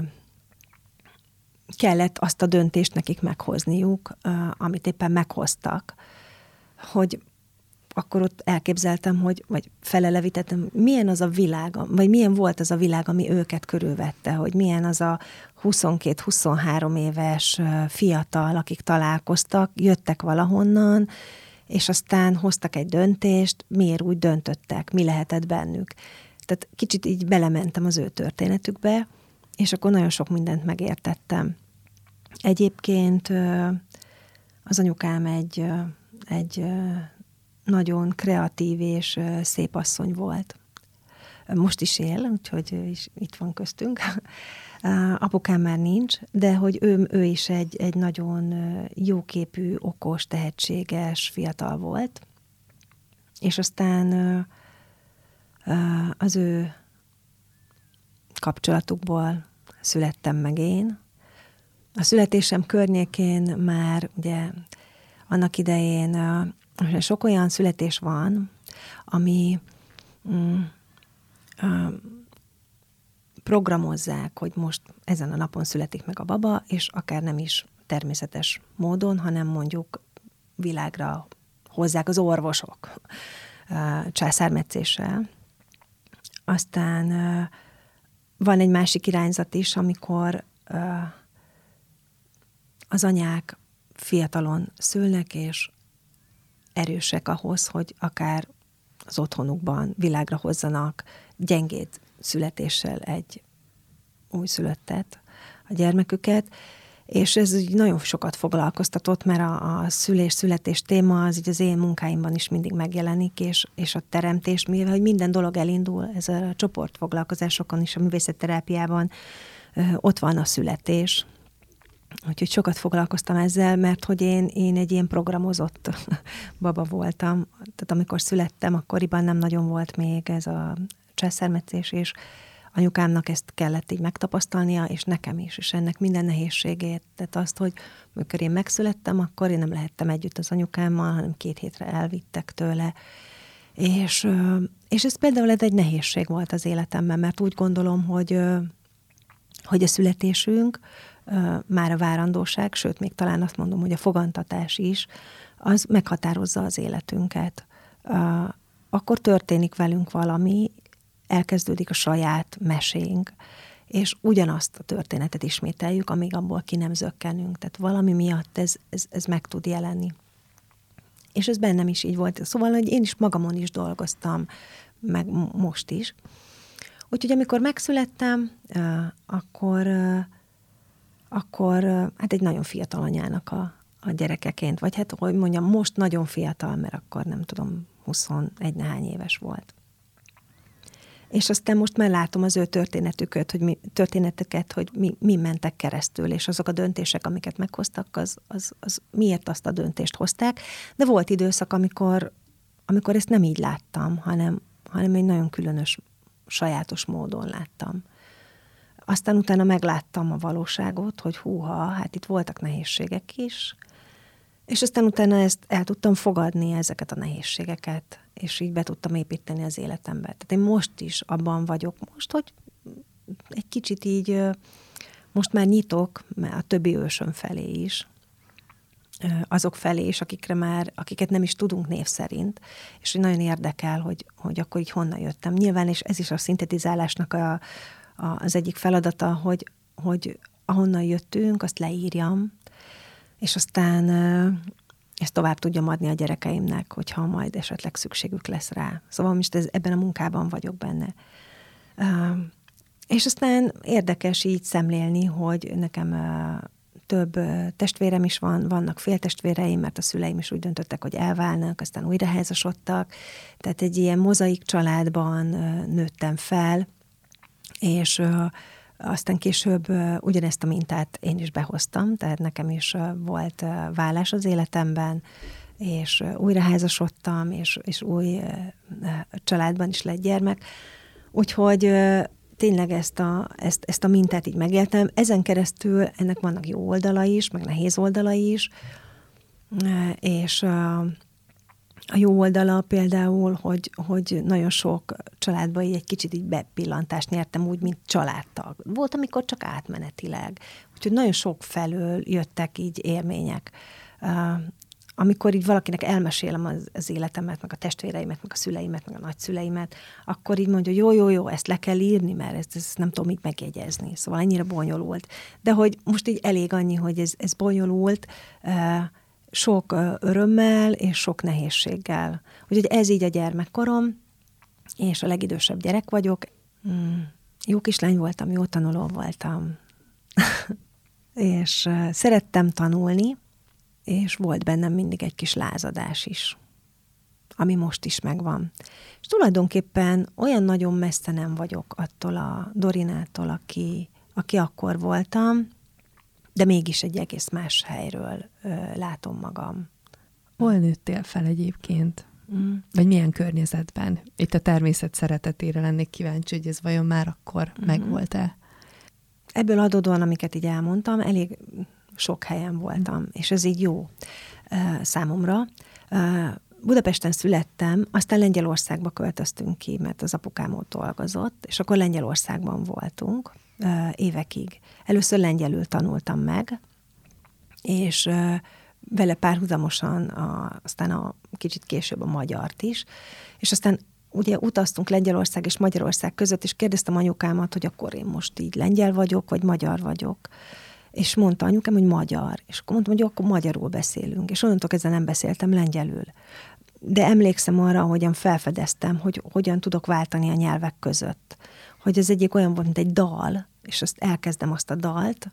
kellett azt a döntést nekik meghozniuk, uh, amit éppen meghoztak, hogy akkor ott elképzeltem, hogy, vagy felelevítettem, milyen az a világ, vagy milyen volt az a világ, ami őket körülvette, hogy milyen az a huszonkét-huszonhárom éves fiatal, akik találkoztak, jöttek valahonnan, és aztán hoztak egy döntést, miért úgy döntöttek, mi lehetett bennük. Tehát kicsit így belementem az ő történetükbe, és akkor nagyon sok mindent megértettem. Egyébként az anyukám egy, egy nagyon kreatív és szép asszony volt. Most is él, úgyhogy is itt van köztünk. Apukám már nincs, de hogy ő, ő is egy, egy nagyon jóképű, okos, tehetséges fiatal volt. És aztán az ő kapcsolatukból születtem meg én. A születésem környékén már ugye annak idején sok olyan születés van, ami mm, programozzák, hogy most ezen a napon születik meg a baba, és akár nem is természetes módon, hanem mondjuk világra hozzák az orvosok császármetszéssel. Aztán van egy másik irányzat is, amikor az anyák fiatalon szülnek, és erősek ahhoz, hogy akár az otthonukban világra hozzanak gyengéd születéssel egy újszülöttet, a gyermeküket, És ez így nagyon sokat foglalkoztatott, mert a, a szülés-születés téma az így az én munkáimban is mindig megjelenik, és, és a teremtés, mivel hogy minden dolog elindul, ez a csoportfoglalkozásokon is, a művészetterápiában ott van a születés. Úgyhogy sokat foglalkoztam ezzel, mert hogy én, én egy ilyen programozott baba voltam. Tehát amikor születtem, akkoriban nem nagyon volt még ez a császármetszés, és anyukámnak ezt kellett így megtapasztalnia, és nekem is, és ennek minden nehézségét. Tehát azt, hogy amikor én megszülettem, akkor én nem lehettem együtt az anyukámmal, hanem két hétre elvittek tőle. És, és ez például egy nehézség volt az életemben, mert úgy gondolom, hogy, hogy a születésünk, már a várandóság, sőt, még talán azt mondom, hogy a fogantatás is, az meghatározza az életünket. Akkor történik velünk valami, elkezdődik a saját mesénk, és ugyanazt a történetet ismételjük, amíg abból ki nem zökkenünk. Tehát valami miatt ez, ez, ez meg tud jelenni. És ez bennem is így volt. Szóval, hogy én is magamon is dolgoztam, meg most is. Úgyhogy amikor megszülettem, akkor, akkor hát egy nagyon fiatal anyának a, a gyerekeként, vagy hát, hogy mondjam, most nagyon fiatal, mert akkor nem tudom, huszonegy nehány éves volt. És aztán most már látom az ő történetüket, hogy mi, történeteket, hogy mi, mi mentek keresztül, és azok a döntések, amiket meghoztak, az, az, az miért azt a döntést hozták. De volt időszak, amikor, amikor ezt nem így láttam, hanem, hanem egy nagyon különös, sajátos módon láttam. Aztán utána megláttam a valóságot, hogy húha, hát itt voltak nehézségek is, és aztán utána ezt el tudtam fogadni, ezeket a nehézségeket, és így be tudtam építeni az életembe. Tehát én most is abban vagyok, most, hogy egy kicsit így, most már nyitok a többi ősöm felé is, azok felé is, akikre már, akiket nem is tudunk név szerint, és hogy nagyon érdekel, hogy, hogy akkor így honnan jöttem. Nyilván, és ez is a szintetizálásnak a, a, az egyik feladata, hogy, hogy ahonnan jöttünk, azt leírjam, és aztán ezt tovább tudjam adni a gyerekeimnek, hogyha majd esetleg szükségük lesz rá. Szóval most ez, ebben a munkában vagyok benne. És aztán érdekes így szemlélni, hogy nekem több testvérem is van, vannak féltestvéreim, mert a szüleim is úgy döntöttek, hogy elválnak, aztán újra házasodtak. Tehát egy ilyen mozaik családban nőttem fel, és aztán később ugyanezt a mintát én is behoztam, tehát nekem is volt vállás az életemben, és újra házasodtam, és, és új családban is lett gyermek. Úgyhogy tényleg ezt a, ezt, ezt a mintát így megéltem. Ezen keresztül ennek vannak jó oldalai is, meg nehéz oldalai is, és a jó oldala például, hogy, hogy nagyon sok családban így egy kicsit így bepillantást nyertem úgy, mint családtag. Volt, amikor csak átmenetileg. Úgyhogy nagyon sok felől jöttek így élmények. Uh, amikor így valakinek elmesélem az, az életemet, meg a testvéreimet, meg a szüleimet, meg a nagyszüleimet, akkor így mondja, jó, jó, jó, ezt le kell írni, mert ezt, ezt nem tudom így megjegyezni. Szóval ennyire bonyolult. De hogy most így elég annyi, hogy ez, ez bonyolult, uh, sok örömmel és sok nehézséggel. Úgyhogy ez így a gyermekkorom, és a legidősebb gyerek vagyok. Mm, jó kislány voltam, jó tanuló voltam. És szerettem tanulni, és volt bennem mindig egy kis lázadás is, ami most is megvan. És tulajdonképpen olyan nagyon messze nem vagyok attól a Dorinától, aki, aki akkor voltam, de mégis egy egész más helyről ö, látom magam. Hol nőttél fel egyébként? Mm. Vagy milyen környezetben? Itt a természet szeretetére lennék kíváncsi, hogy ez vajon már akkor mm. megvolt-e? Ebből adódóan, amiket így elmondtam, elég sok helyen voltam, mm. és ez így jó uh, számomra. Uh, Budapesten születtem, aztán Lengyelországba költöztünk ki, mert az apukám ott dolgozott, és akkor Lengyelországban voltunk uh, évekig. Először lengyelül tanultam meg, és uh, vele párhuzamosan a, aztán a kicsit később a magyart is, és aztán ugye utaztunk Lengyelország és Magyarország között, és kérdeztem anyukámat, hogy akkor én most így lengyel vagyok, vagy magyar vagyok. És mondta anyukám, hogy magyar. És akkor mondtam, hogy akkor magyarul beszélünk. És onnantól ezzel nem beszéltem lengyelül. De emlékszem arra, hogyan felfedeztem, hogy hogyan tudok váltani a nyelvek között. Hogy ez egyik olyan volt, mint egy dal, és azt elkezdem azt a dalt,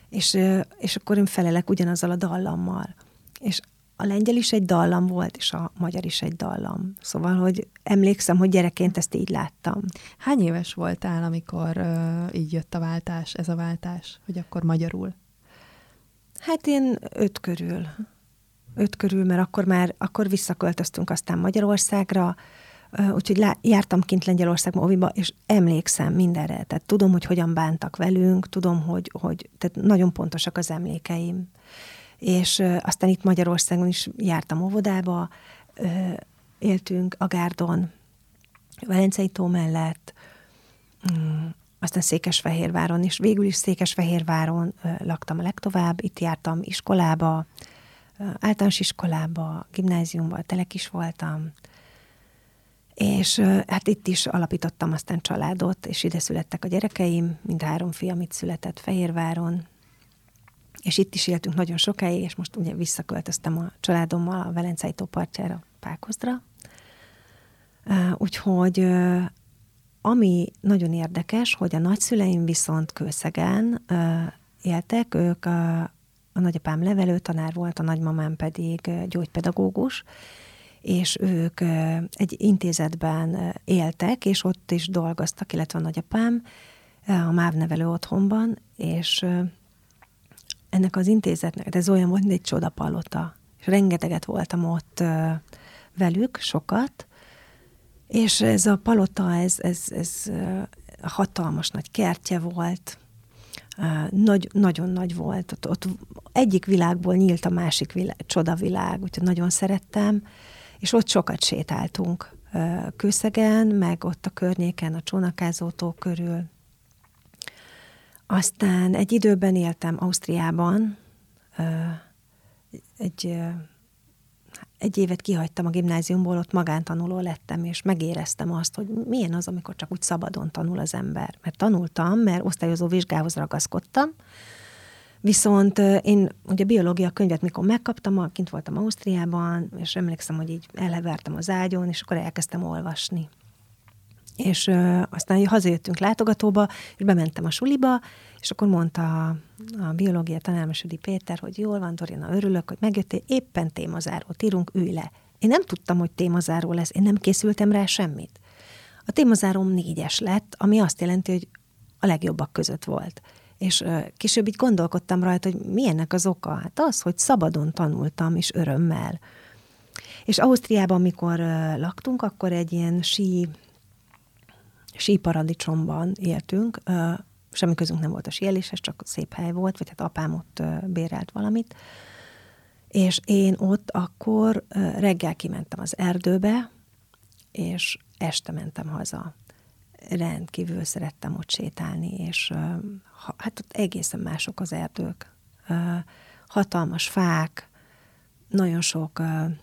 És, és akkor én felelek ugyanazzal a dallammal. És a lengyel is egy dallam volt, és a magyar is egy dallam. Szóval, hogy emlékszem, hogy gyerekként ezt így láttam. Hány éves voltál, amikor uh, így jött a váltás, ez a váltás, hogy akkor magyarul? Hát én öt körül. Öt körül, mert akkor már, akkor visszaköltöztünk aztán Magyarországra, úgyhogy lá, jártam kint Lengyelországban óviba, és emlékszem mindenre. Tehát tudom, hogy hogyan bántak velünk, tudom, hogy, hogy tehát nagyon pontosak az emlékeim. És ö, aztán itt Magyarországon is jártam óvodába, ö, éltünk Agárdon, Velencei tó mellett, mm, aztán Székesfehérváron is, végül is Székesfehérváron ö, laktam a legtovább, itt jártam iskolába, ö, általános iskolába, gimnáziumban, telek is voltam, és ö, hát itt is alapítottam aztán családot, és ide születtek a gyerekeim, mind három fiam itt született Fehérváron, és itt is éltünk nagyon sokáig, és most ugye visszaköltöztem a családommal a Velencei tó partjára, Pákozdra. Úgyhogy ami nagyon érdekes, hogy a nagyszüleim viszont Kőszegen éltek, ők a, a nagyapám levelőtanár volt, a nagymamám pedig gyógypedagógus, és ők egy intézetben éltek, és ott is dolgoztak, illetve a nagyapám a MÁV nevelő otthonban, és ennek az intézetnek, ez olyan volt, mint egy csodapalota, és rengeteget voltam ott velük, sokat, és ez a palota, ez, ez, ez hatalmas nagy kertje volt, nagy, nagyon nagy volt, ott, ott egyik világból nyílt a másik világ, csodavilág, úgyhogy nagyon szerettem, és ott sokat sétáltunk Kőszegen, meg ott a környéken, a Csónakázó-tó körül. Aztán egy időben éltem Ausztriában, egy, egy évet kihagytam a gimnáziumból, ott magántanuló lettem, és megéreztem azt, hogy milyen az, amikor csak úgy szabadon tanul az ember. Mert tanultam, mert osztályozó vizsgához ragaszkodtam, viszont én ugye biológia könyvet, mikor megkaptam, kint voltam Ausztriában, és emlékszem, hogy így elhevertem az ágyon, és akkor elkezdtem olvasni. És ö, aztán hazajöttünk látogatóba, és bementem a suliba, és akkor mondta a, a biológia tanár Mesödi Péter, hogy jól van, Dorina, örülök, hogy megjöttél, éppen témazárót írunk, ülj le. Én nem tudtam, hogy témazáró lesz, én nem készültem rá semmit. A témazáróm négyes lett, ami azt jelenti, hogy a legjobbak között volt. És ö, később így gondolkodtam rajta, hogy mi ennek az oka? Hát az, hogy szabadon tanultam, és örömmel. És Ausztriában, amikor ö, laktunk, akkor egy ilyen sí síparadicsomban éltünk, semmi közünk nem volt a síeléshez, csak szép hely volt, vagy hát apám ott bérelt valamit, és én ott akkor reggel kimentem az erdőbe, és este mentem haza. Rendkívül szerettem ott sétálni, és hát ott egészen mások az erdők. Hatalmas fák, nagyon sok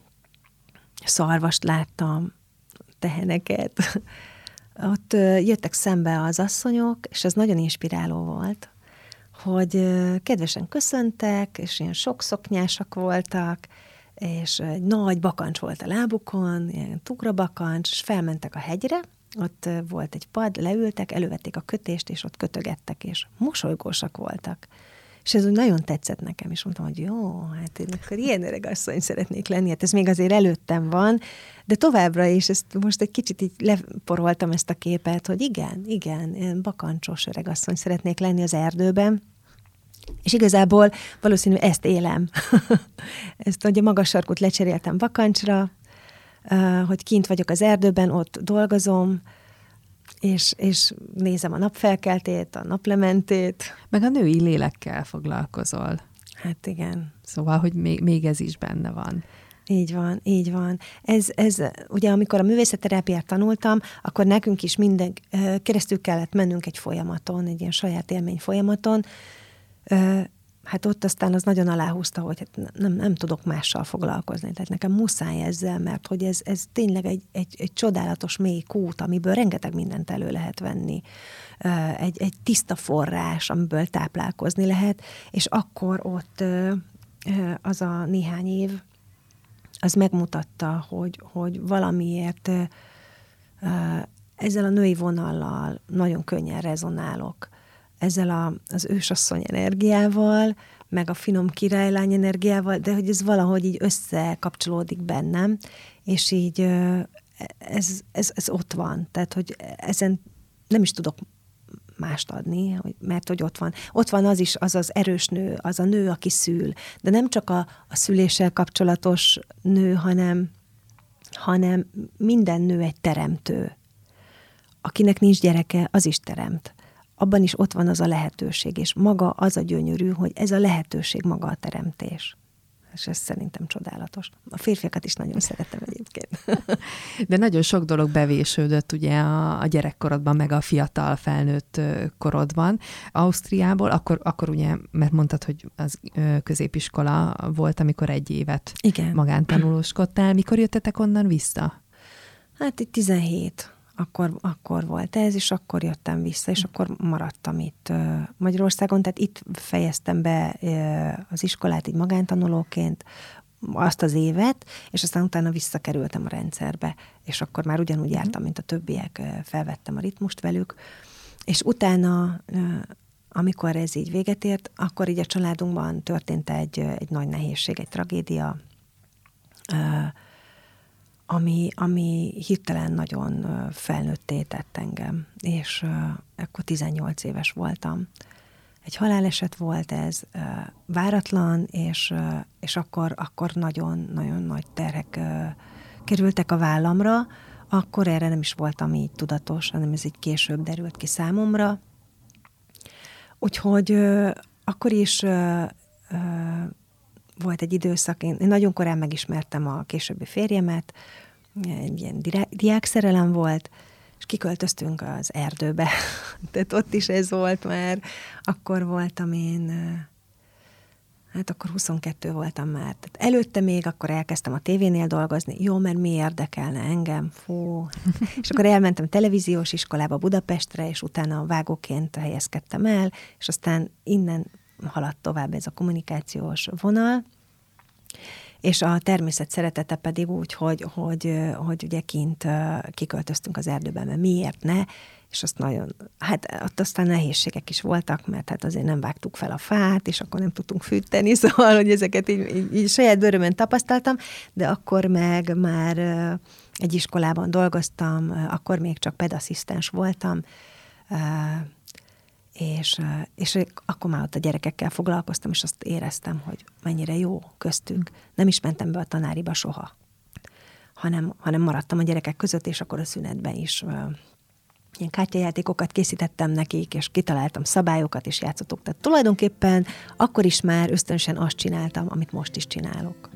szarvast láttam, teheneket. Ott jöttek szembe az asszonyok, és ez nagyon inspiráló volt, hogy kedvesen köszöntek, és ilyen sok szoknyásak voltak, és egy nagy bakancs volt a lábukon, ilyen tugrabakancs, és felmentek a hegyre, ott volt egy pad, leültek, elővették a kötést, és ott kötögettek, és mosolygósak voltak. És ez úgy nagyon tetszett nekem, és mondtam, hogy jó, hát én akkor ilyen öreg asszony szeretnék lenni, hát ez még azért előttem van, de továbbra is, ezt most egy kicsit így leporoltam ezt a képet, hogy igen, igen, én bakancsos öreg asszony szeretnék lenni az erdőben, és igazából valószínű ezt élem. Ezt, hogy a magas sarkút lecseréltem bakancsra, hogy kint vagyok az erdőben, ott dolgozom, És, és nézem a napfelkeltét, a naplementét. Meg a női lélekkel foglalkozol. Hát igen. Szóval, hogy még, még ez is benne van. Így van, így van. Ez, ez, ugye amikor a művészetterápiát tanultam, akkor nekünk is minden keresztül kellett mennünk egy folyamaton, egy ilyen saját élmény folyamaton. Hát ott aztán az nagyon aláhúzta, hogy hát nem, nem tudok mással foglalkozni. Tehát nekem muszáj ezzel, mert hogy ez, ez tényleg egy, egy, egy csodálatos mély kút, amiből rengeteg mindent elő lehet venni. Egy, egy tiszta forrás, amiből táplálkozni lehet, és akkor ott az a néhány év, az megmutatta, hogy, hogy valamiért ezzel a női vonallal nagyon könnyen rezonálok. ezzel a, az ősasszony energiával, meg a finom királylány energiával, de hogy ez valahogy így összekapcsolódik bennem, és így ez, ez, ez ott van. Tehát, hogy ezen nem is tudok mást adni, hogy, mert hogy ott van. Ott van az is, az az erős nő, az a nő, aki szül. De nem csak a, a szüléssel kapcsolatos nő, hanem, hanem minden nő egy teremtő. Akinek nincs gyereke, az is teremt. Abban is ott van az a lehetőség, és maga az a gyönyörű, hogy ez a lehetőség maga a teremtés. És ez szerintem csodálatos. A férfiakat is nagyon szeretem egyébként. De nagyon sok dolog bevésődött ugye a, a gyerekkorodban, meg a fiatal felnőtt korodban. Ausztriából, akkor, akkor ugye, mert mondtad, hogy az középiskola volt, amikor egy évet Igen. magántanulóskodtál. Mikor jöttetek onnan vissza? Hát itt tizenhét. Akkor, akkor volt ez, és akkor jöttem vissza, és akkor maradtam itt Magyarországon, tehát itt fejeztem be az iskolát így magántanulóként azt az évet, és aztán utána visszakerültem a rendszerbe, és akkor már ugyanúgy jártam, mint a többiek, felvettem a ritmust velük, és utána, amikor ez így véget ért, akkor így a családunkban történt egy, egy nagy nehézség, egy tragédia, Ami, ami hirtelen nagyon felnőtté tett engem, és uh, akkor tizennyolc éves voltam. Egy haláleset volt ez, uh, váratlan, és, uh, és akkor, akkor nagyon, nagyon nagy terhek uh, kerültek a vállamra, akkor erre nem is voltam így tudatos, hanem ez így később derült ki számomra. Úgyhogy uh, akkor is uh, uh, volt egy időszak, én, én nagyon korán megismertem a későbbi férjemet, egy ilyen diákszerelem volt, és kiköltöztünk az erdőbe. Tehát ott is ez volt már. Akkor voltam én, hát akkor huszonkettő voltam már. Tehát előtte még akkor elkezdtem a tévénél dolgozni. Jó, mert mi érdekelne engem? Fú. És akkor elmentem televíziós iskolába Budapestre, és utána vágóként helyezkedtem el, és aztán innen haladt tovább ez a kommunikációs vonal. És a természet szeretete pedig úgy, hogy, hogy, hogy ugye kint kiköltöztünk az erdőben, mert miért ne, és azt nagyon, hát ott aztán nehézségek is voltak, mert hát azért nem vágtuk fel a fát, és akkor nem tudtunk fűteni, szóval, hogy ezeket így, így, így saját bőrömön tapasztaltam, de akkor meg már egy iskolában dolgoztam, akkor még csak pedasszisztens voltam, És, és akkor már ott a gyerekekkel foglalkoztam, és azt éreztem, hogy mennyire jó köztük. Nem is mentem be a tanáriba soha, hanem, hanem maradtam a gyerekek között, és akkor a szünetben is uh, ilyen kártyajátékokat készítettem nekik, és kitaláltam szabályokat, és játszottuk. Tehát tulajdonképpen akkor is már ösztönösen azt csináltam, amit most is csinálok.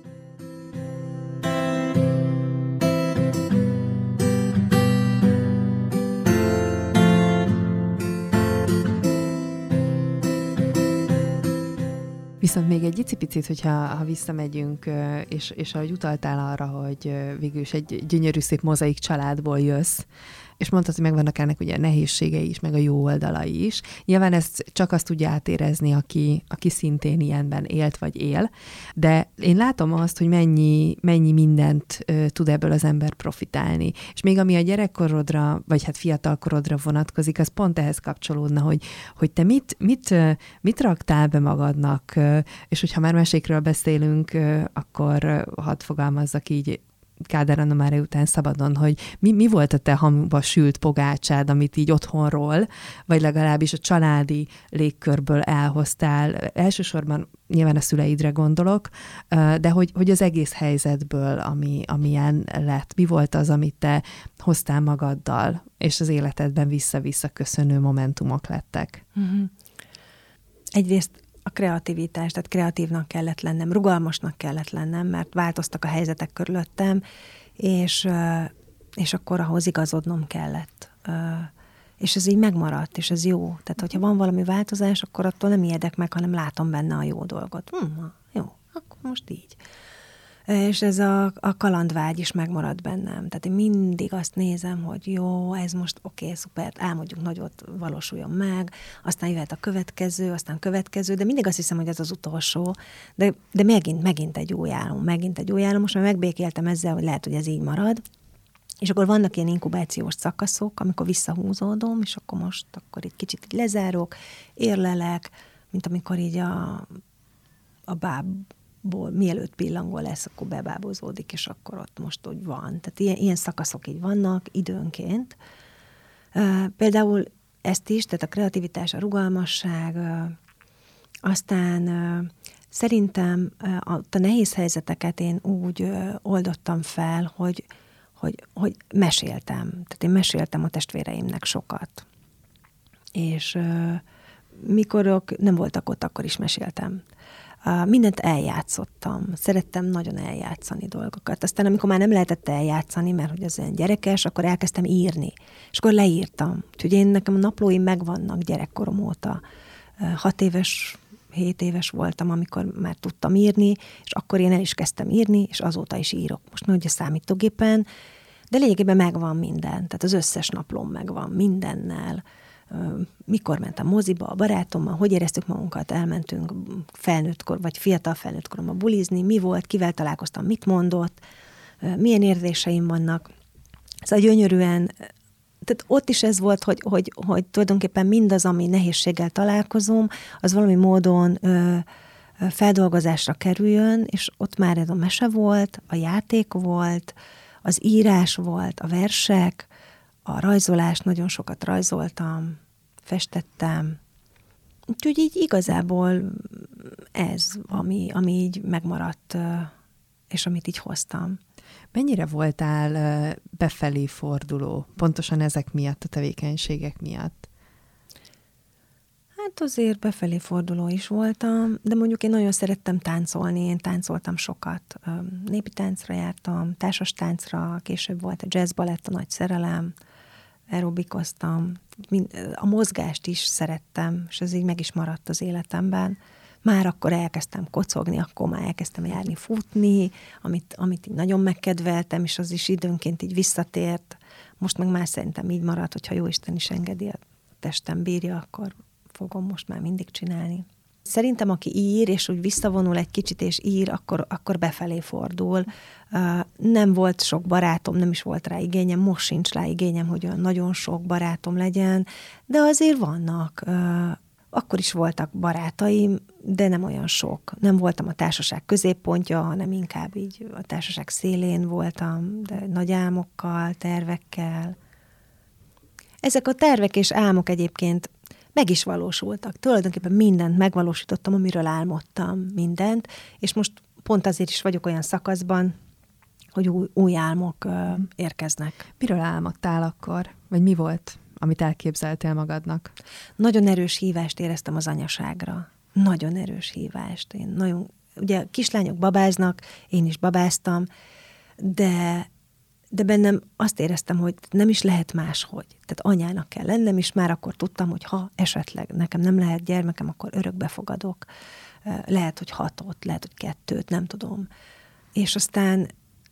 Viszont még egy icipicit, hogyha ha visszamegyünk, és, és ahogy utaltál arra, hogy végül is egy gyönyörű szép mozaik családból jössz, és mondtad, hogy megvannak ennek ugye a nehézségei is, meg a jó oldalai is. Nyilván ezt csak azt tudja átérezni, aki, aki szintén ilyenben élt vagy él, de én látom azt, hogy mennyi, mennyi mindent uh, tud ebből az ember profitálni. És még ami a gyerekkorodra, vagy hát fiatalkorodra vonatkozik, az pont ehhez kapcsolódna, hogy, hogy te mit, mit, uh, mit raktál be magadnak, uh, és hogyha már mesékről beszélünk, uh, akkor uh, hadd fogalmazzak így, Kádár Anna Mária után szabadon, hogy mi, mi volt a te hamuba sült pogácsád, amit így otthonról, vagy legalábbis a családi légkörből elhoztál. Elsősorban nyilván a szüleidre gondolok, de hogy, hogy az egész helyzetből, ami, amilyen lett, mi volt az, amit te hoztál magaddal, és az életedben vissza-vissza köszönő momentumok lettek? Uh-huh. Egyrészt a kreativitás, tehát kreatívnak kellett lennem, rugalmasnak kellett lennem, mert változtak a helyzetek körülöttem, és, és akkor ahhoz igazodnom kellett. És ez így megmaradt, és ez jó. Tehát, hogyha van valami változás, akkor attól nem ijedek meg, hanem látom benne a jó dolgot. Hm, jó, akkor most így. És ez a, a kalandvágy is megmarad bennem. Tehát én mindig azt nézem, hogy jó, ez most oké, okay, szuper, álmodjunk nagyot, valósuljon meg, aztán jöhet a következő, aztán következő, de mindig azt hiszem, hogy ez az utolsó, de, de megint, megint egy új álom, megint egy új álom, most már megbékéltem ezzel, hogy lehet, hogy ez így marad, És akkor vannak ilyen inkubációs szakaszok, amikor visszahúzódom, és akkor most akkor egy kicsit így lezárok, érlelek, mint amikor így a, a bábból, mielőtt pillangó lesz, akkor bebábozódik, és akkor ott most úgy van. Tehát ilyen, ilyen szakaszok így vannak időnként. Uh, például ezt is, tehát a kreativitás, a rugalmasság, uh, aztán uh, szerintem uh, a, a nehéz helyzeteket én úgy uh, oldottam fel, hogy Hogy, hogy meséltem. Tehát én meséltem a testvéreimnek sokat. És uh, mikor ők nem voltak ott, akkor is meséltem. Uh, mindent eljátszottam. Szerettem nagyon eljátszani dolgokat. Aztán amikor már nem lehetett eljátszani, mert hogy az olyan gyerekes, akkor elkezdtem írni. És akkor leírtam. Úgyhogy én nekem a naplóim megvannak gyerekkorom óta. Uh, hat éves, hét éves voltam, amikor már tudtam írni, és akkor én el is kezdtem írni, és azóta is írok. Most már ugye számítógépen, de lényegében megvan minden, tehát az összes naplóm megvan mindennel. Mikor mentem moziba a barátommal, hogy éreztük magunkat, elmentünk felnőttkor, vagy fiatal felnőttkoromban bulizni, mi volt, kivel találkoztam, mit mondott, milyen érzéseim vannak. Szóval gyönyörűen, tehát ott is ez volt, hogy, hogy, hogy tulajdonképpen mindaz, ami nehézséggel találkozom, az valami módon ö, feldolgozásra kerüljön, és ott már ez a mese volt, a játék volt, az írás volt, a versek, a rajzolás, nagyon sokat rajzoltam, festettem. Úgyhogy így igazából ez, ami, ami így megmaradt, és amit így hoztam. Mennyire voltál befelé forduló, pontosan ezek miatt, a tevékenységek miatt? Hát azért befelé forduló is voltam, de mondjuk én nagyon szerettem táncolni, én táncoltam sokat. Népi táncra jártam, társas táncra, később volt a jazz balett, a nagy szerelem, aerobikoztam, a mozgást is szerettem, és ez így meg is maradt az életemben. Már akkor elkezdtem kocogni, akkor már elkezdtem járni, futni, amit, amit így nagyon megkedveltem, és az is időnként így visszatért. Most meg már szerintem így marad, hogyha Jóisten is engedi, a testem bírja, akkor fogom most már mindig csinálni. Szerintem, aki ír, és úgy visszavonul egy kicsit, és ír, akkor, akkor befelé fordul. Uh, nem volt sok barátom, nem is volt rá igényem, most sincs rá igényem, hogy olyan nagyon sok barátom legyen, de azért vannak. Uh, akkor is voltak barátaim, de nem olyan sok. Nem voltam a társaság középpontja, hanem inkább így a társaság szélén voltam, de nagy álmokkal, tervekkel. Ezek a tervek és álmok egyébként meg is valósultak. Tulajdonképpen mindent megvalósítottam, amiről álmodtam, mindent, és most pont azért is vagyok olyan szakaszban, hogy új, új álmok ö, érkeznek. Miről álmodtál akkor? Vagy mi volt, amit elképzeltél magadnak? Nagyon erős hívást éreztem az anyaságra. Nagyon erős hívást. Én nagyon, ugye kislányok babáznak, én is babáztam, de de bennem azt éreztem, hogy nem is lehet máshogy. Tehát anyának kell lennem, és már akkor tudtam, hogy ha esetleg nekem nem lehet gyermekem, akkor örökbe fogadok. Lehet, hogy hatot, lehet, hogy kettőt, nem tudom. És aztán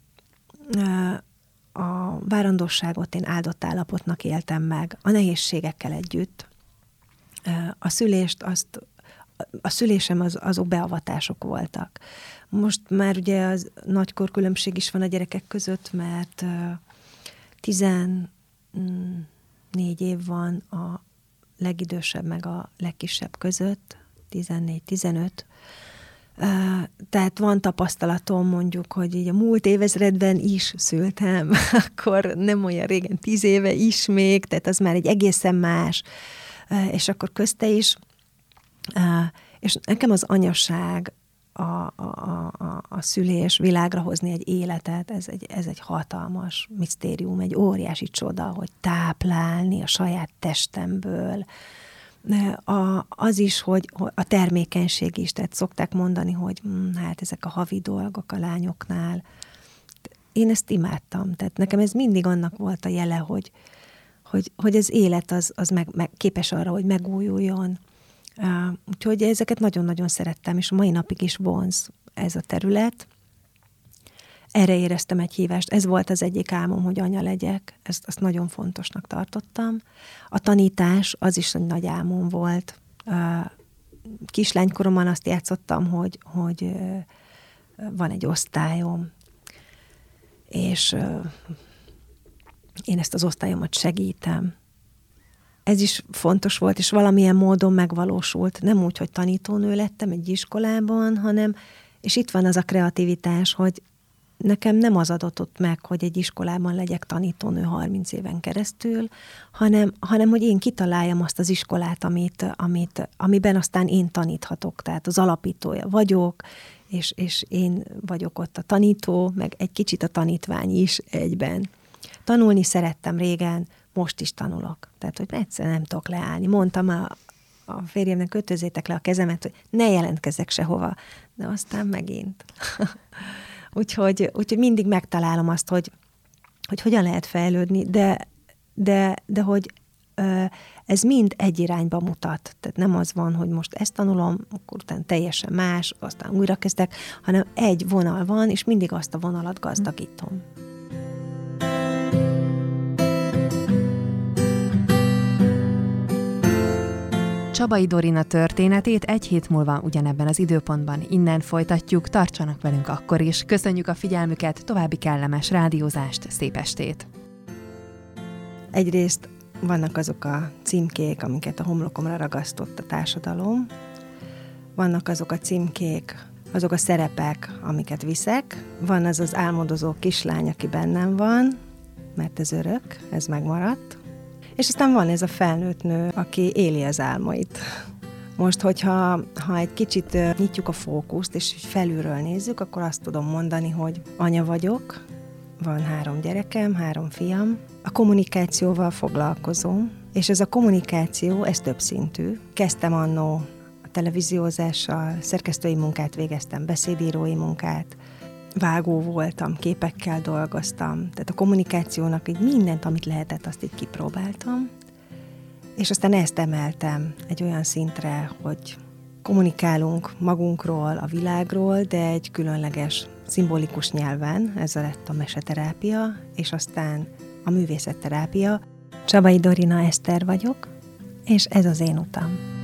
a várandosságot én áldott állapotnak éltem meg, a nehézségekkel együtt. A szülést azt a szülésem az, azok beavatások voltak. Most már ugye az nagykor különbség is van a gyerekek között, mert uh, tizennégy év van a legidősebb meg a legkisebb között, tizennégy tizenöt. Uh, tehát van tapasztalatom mondjuk, hogy így a múlt évezredben is szültem, akkor nem olyan régen, tíz éve is még, tehát az már egy egészen más, uh, és akkor közte is. Uh, és nekem az anyaság, a, a, a, a szülés, világra hozni egy életet, ez egy, ez egy hatalmas misztérium, egy óriási csoda, hogy táplálni a saját testemből. A, az is, hogy a termékenység is, tehát szokták mondani, hogy hm, hát ezek a havi dolgok a lányoknál. Én ezt imádtam, tehát nekem ez mindig annak volt a jele, hogy, hogy, hogy az élet az, az meg, meg képes arra, hogy megújuljon. Uh, úgyhogy ezeket nagyon-nagyon szerettem, és a mai napig is vonz ez a terület. Erre éreztem egy hívást. Ez volt az egyik álmom, hogy anya legyek. Ezt azt nagyon fontosnak tartottam. A tanítás az is egy nagy álmom volt. Uh, kislánykoromban azt játszottam, hogy, hogy uh, van egy osztályom, és uh, én ezt az osztályomat segítem. Ez is fontos volt, és valamilyen módon megvalósult. Nem úgy, hogy tanítónő lettem egy iskolában, hanem, és itt van az a kreativitás, hogy nekem nem az adott meg, hogy egy iskolában legyek tanítónő harminc éven keresztül, hanem, hanem hogy én kitaláljam azt az iskolát, amit, amit, amiben aztán én taníthatok, tehát az alapítója vagyok, és, és én vagyok ott a tanító, meg egy kicsit a tanítvány is egyben. Tanulni szerettem régen, most is tanulok. Tehát, hogy egyszer nem tudok leállni. Mondtam a, a férjemnek, kötözzétek le a kezemet, hogy ne jelentkezzek sehova. De aztán megint. úgyhogy, úgyhogy mindig megtalálom azt, hogy, hogy hogyan lehet fejlődni, de, de, de hogy ö, ez mind egy irányba mutat. Tehát nem az van, hogy most ezt tanulom, akkor utána teljesen más, aztán újra kezdek, hanem egy vonal van, és mindig azt a vonalat gazdagítom. Csabai Dorina történetét egy hét múlva ugyanebben az időpontban innen folytatjuk, tartsanak velünk akkor is. Köszönjük a figyelmüket, további kellemes rádiózást, szép estét! Egyrészt vannak azok a címkék, amiket a homlokomra ragasztott a társadalom, vannak azok a címkék, azok a szerepek, amiket viszek, van az az álmodozó kislány, aki bennem van, mert ez örök, ez megmaradt, és aztán van ez a felnőtt nő, aki éli az álmait. Most, hogyha ha egy kicsit nyitjuk a fókuszt, és felülről nézzük, akkor azt tudom mondani, hogy anya vagyok, van három gyerekem, három fiam, a kommunikációval foglalkozom, és ez a kommunikáció, ez többszintű. Kezdtem annó a televíziózással, szerkesztői munkát végeztem, beszédírói munkát, vágó voltam, képekkel dolgoztam, tehát a kommunikációnak így mindent, amit lehetett, azt így kipróbáltam, és aztán ezt emeltem egy olyan szintre, hogy kommunikálunk magunkról, a világról, de egy különleges, szimbolikus nyelven, ez lett a meseterápia, és aztán a művészetterápia. Csabai Dorina Eszter vagyok, és ez az én utam.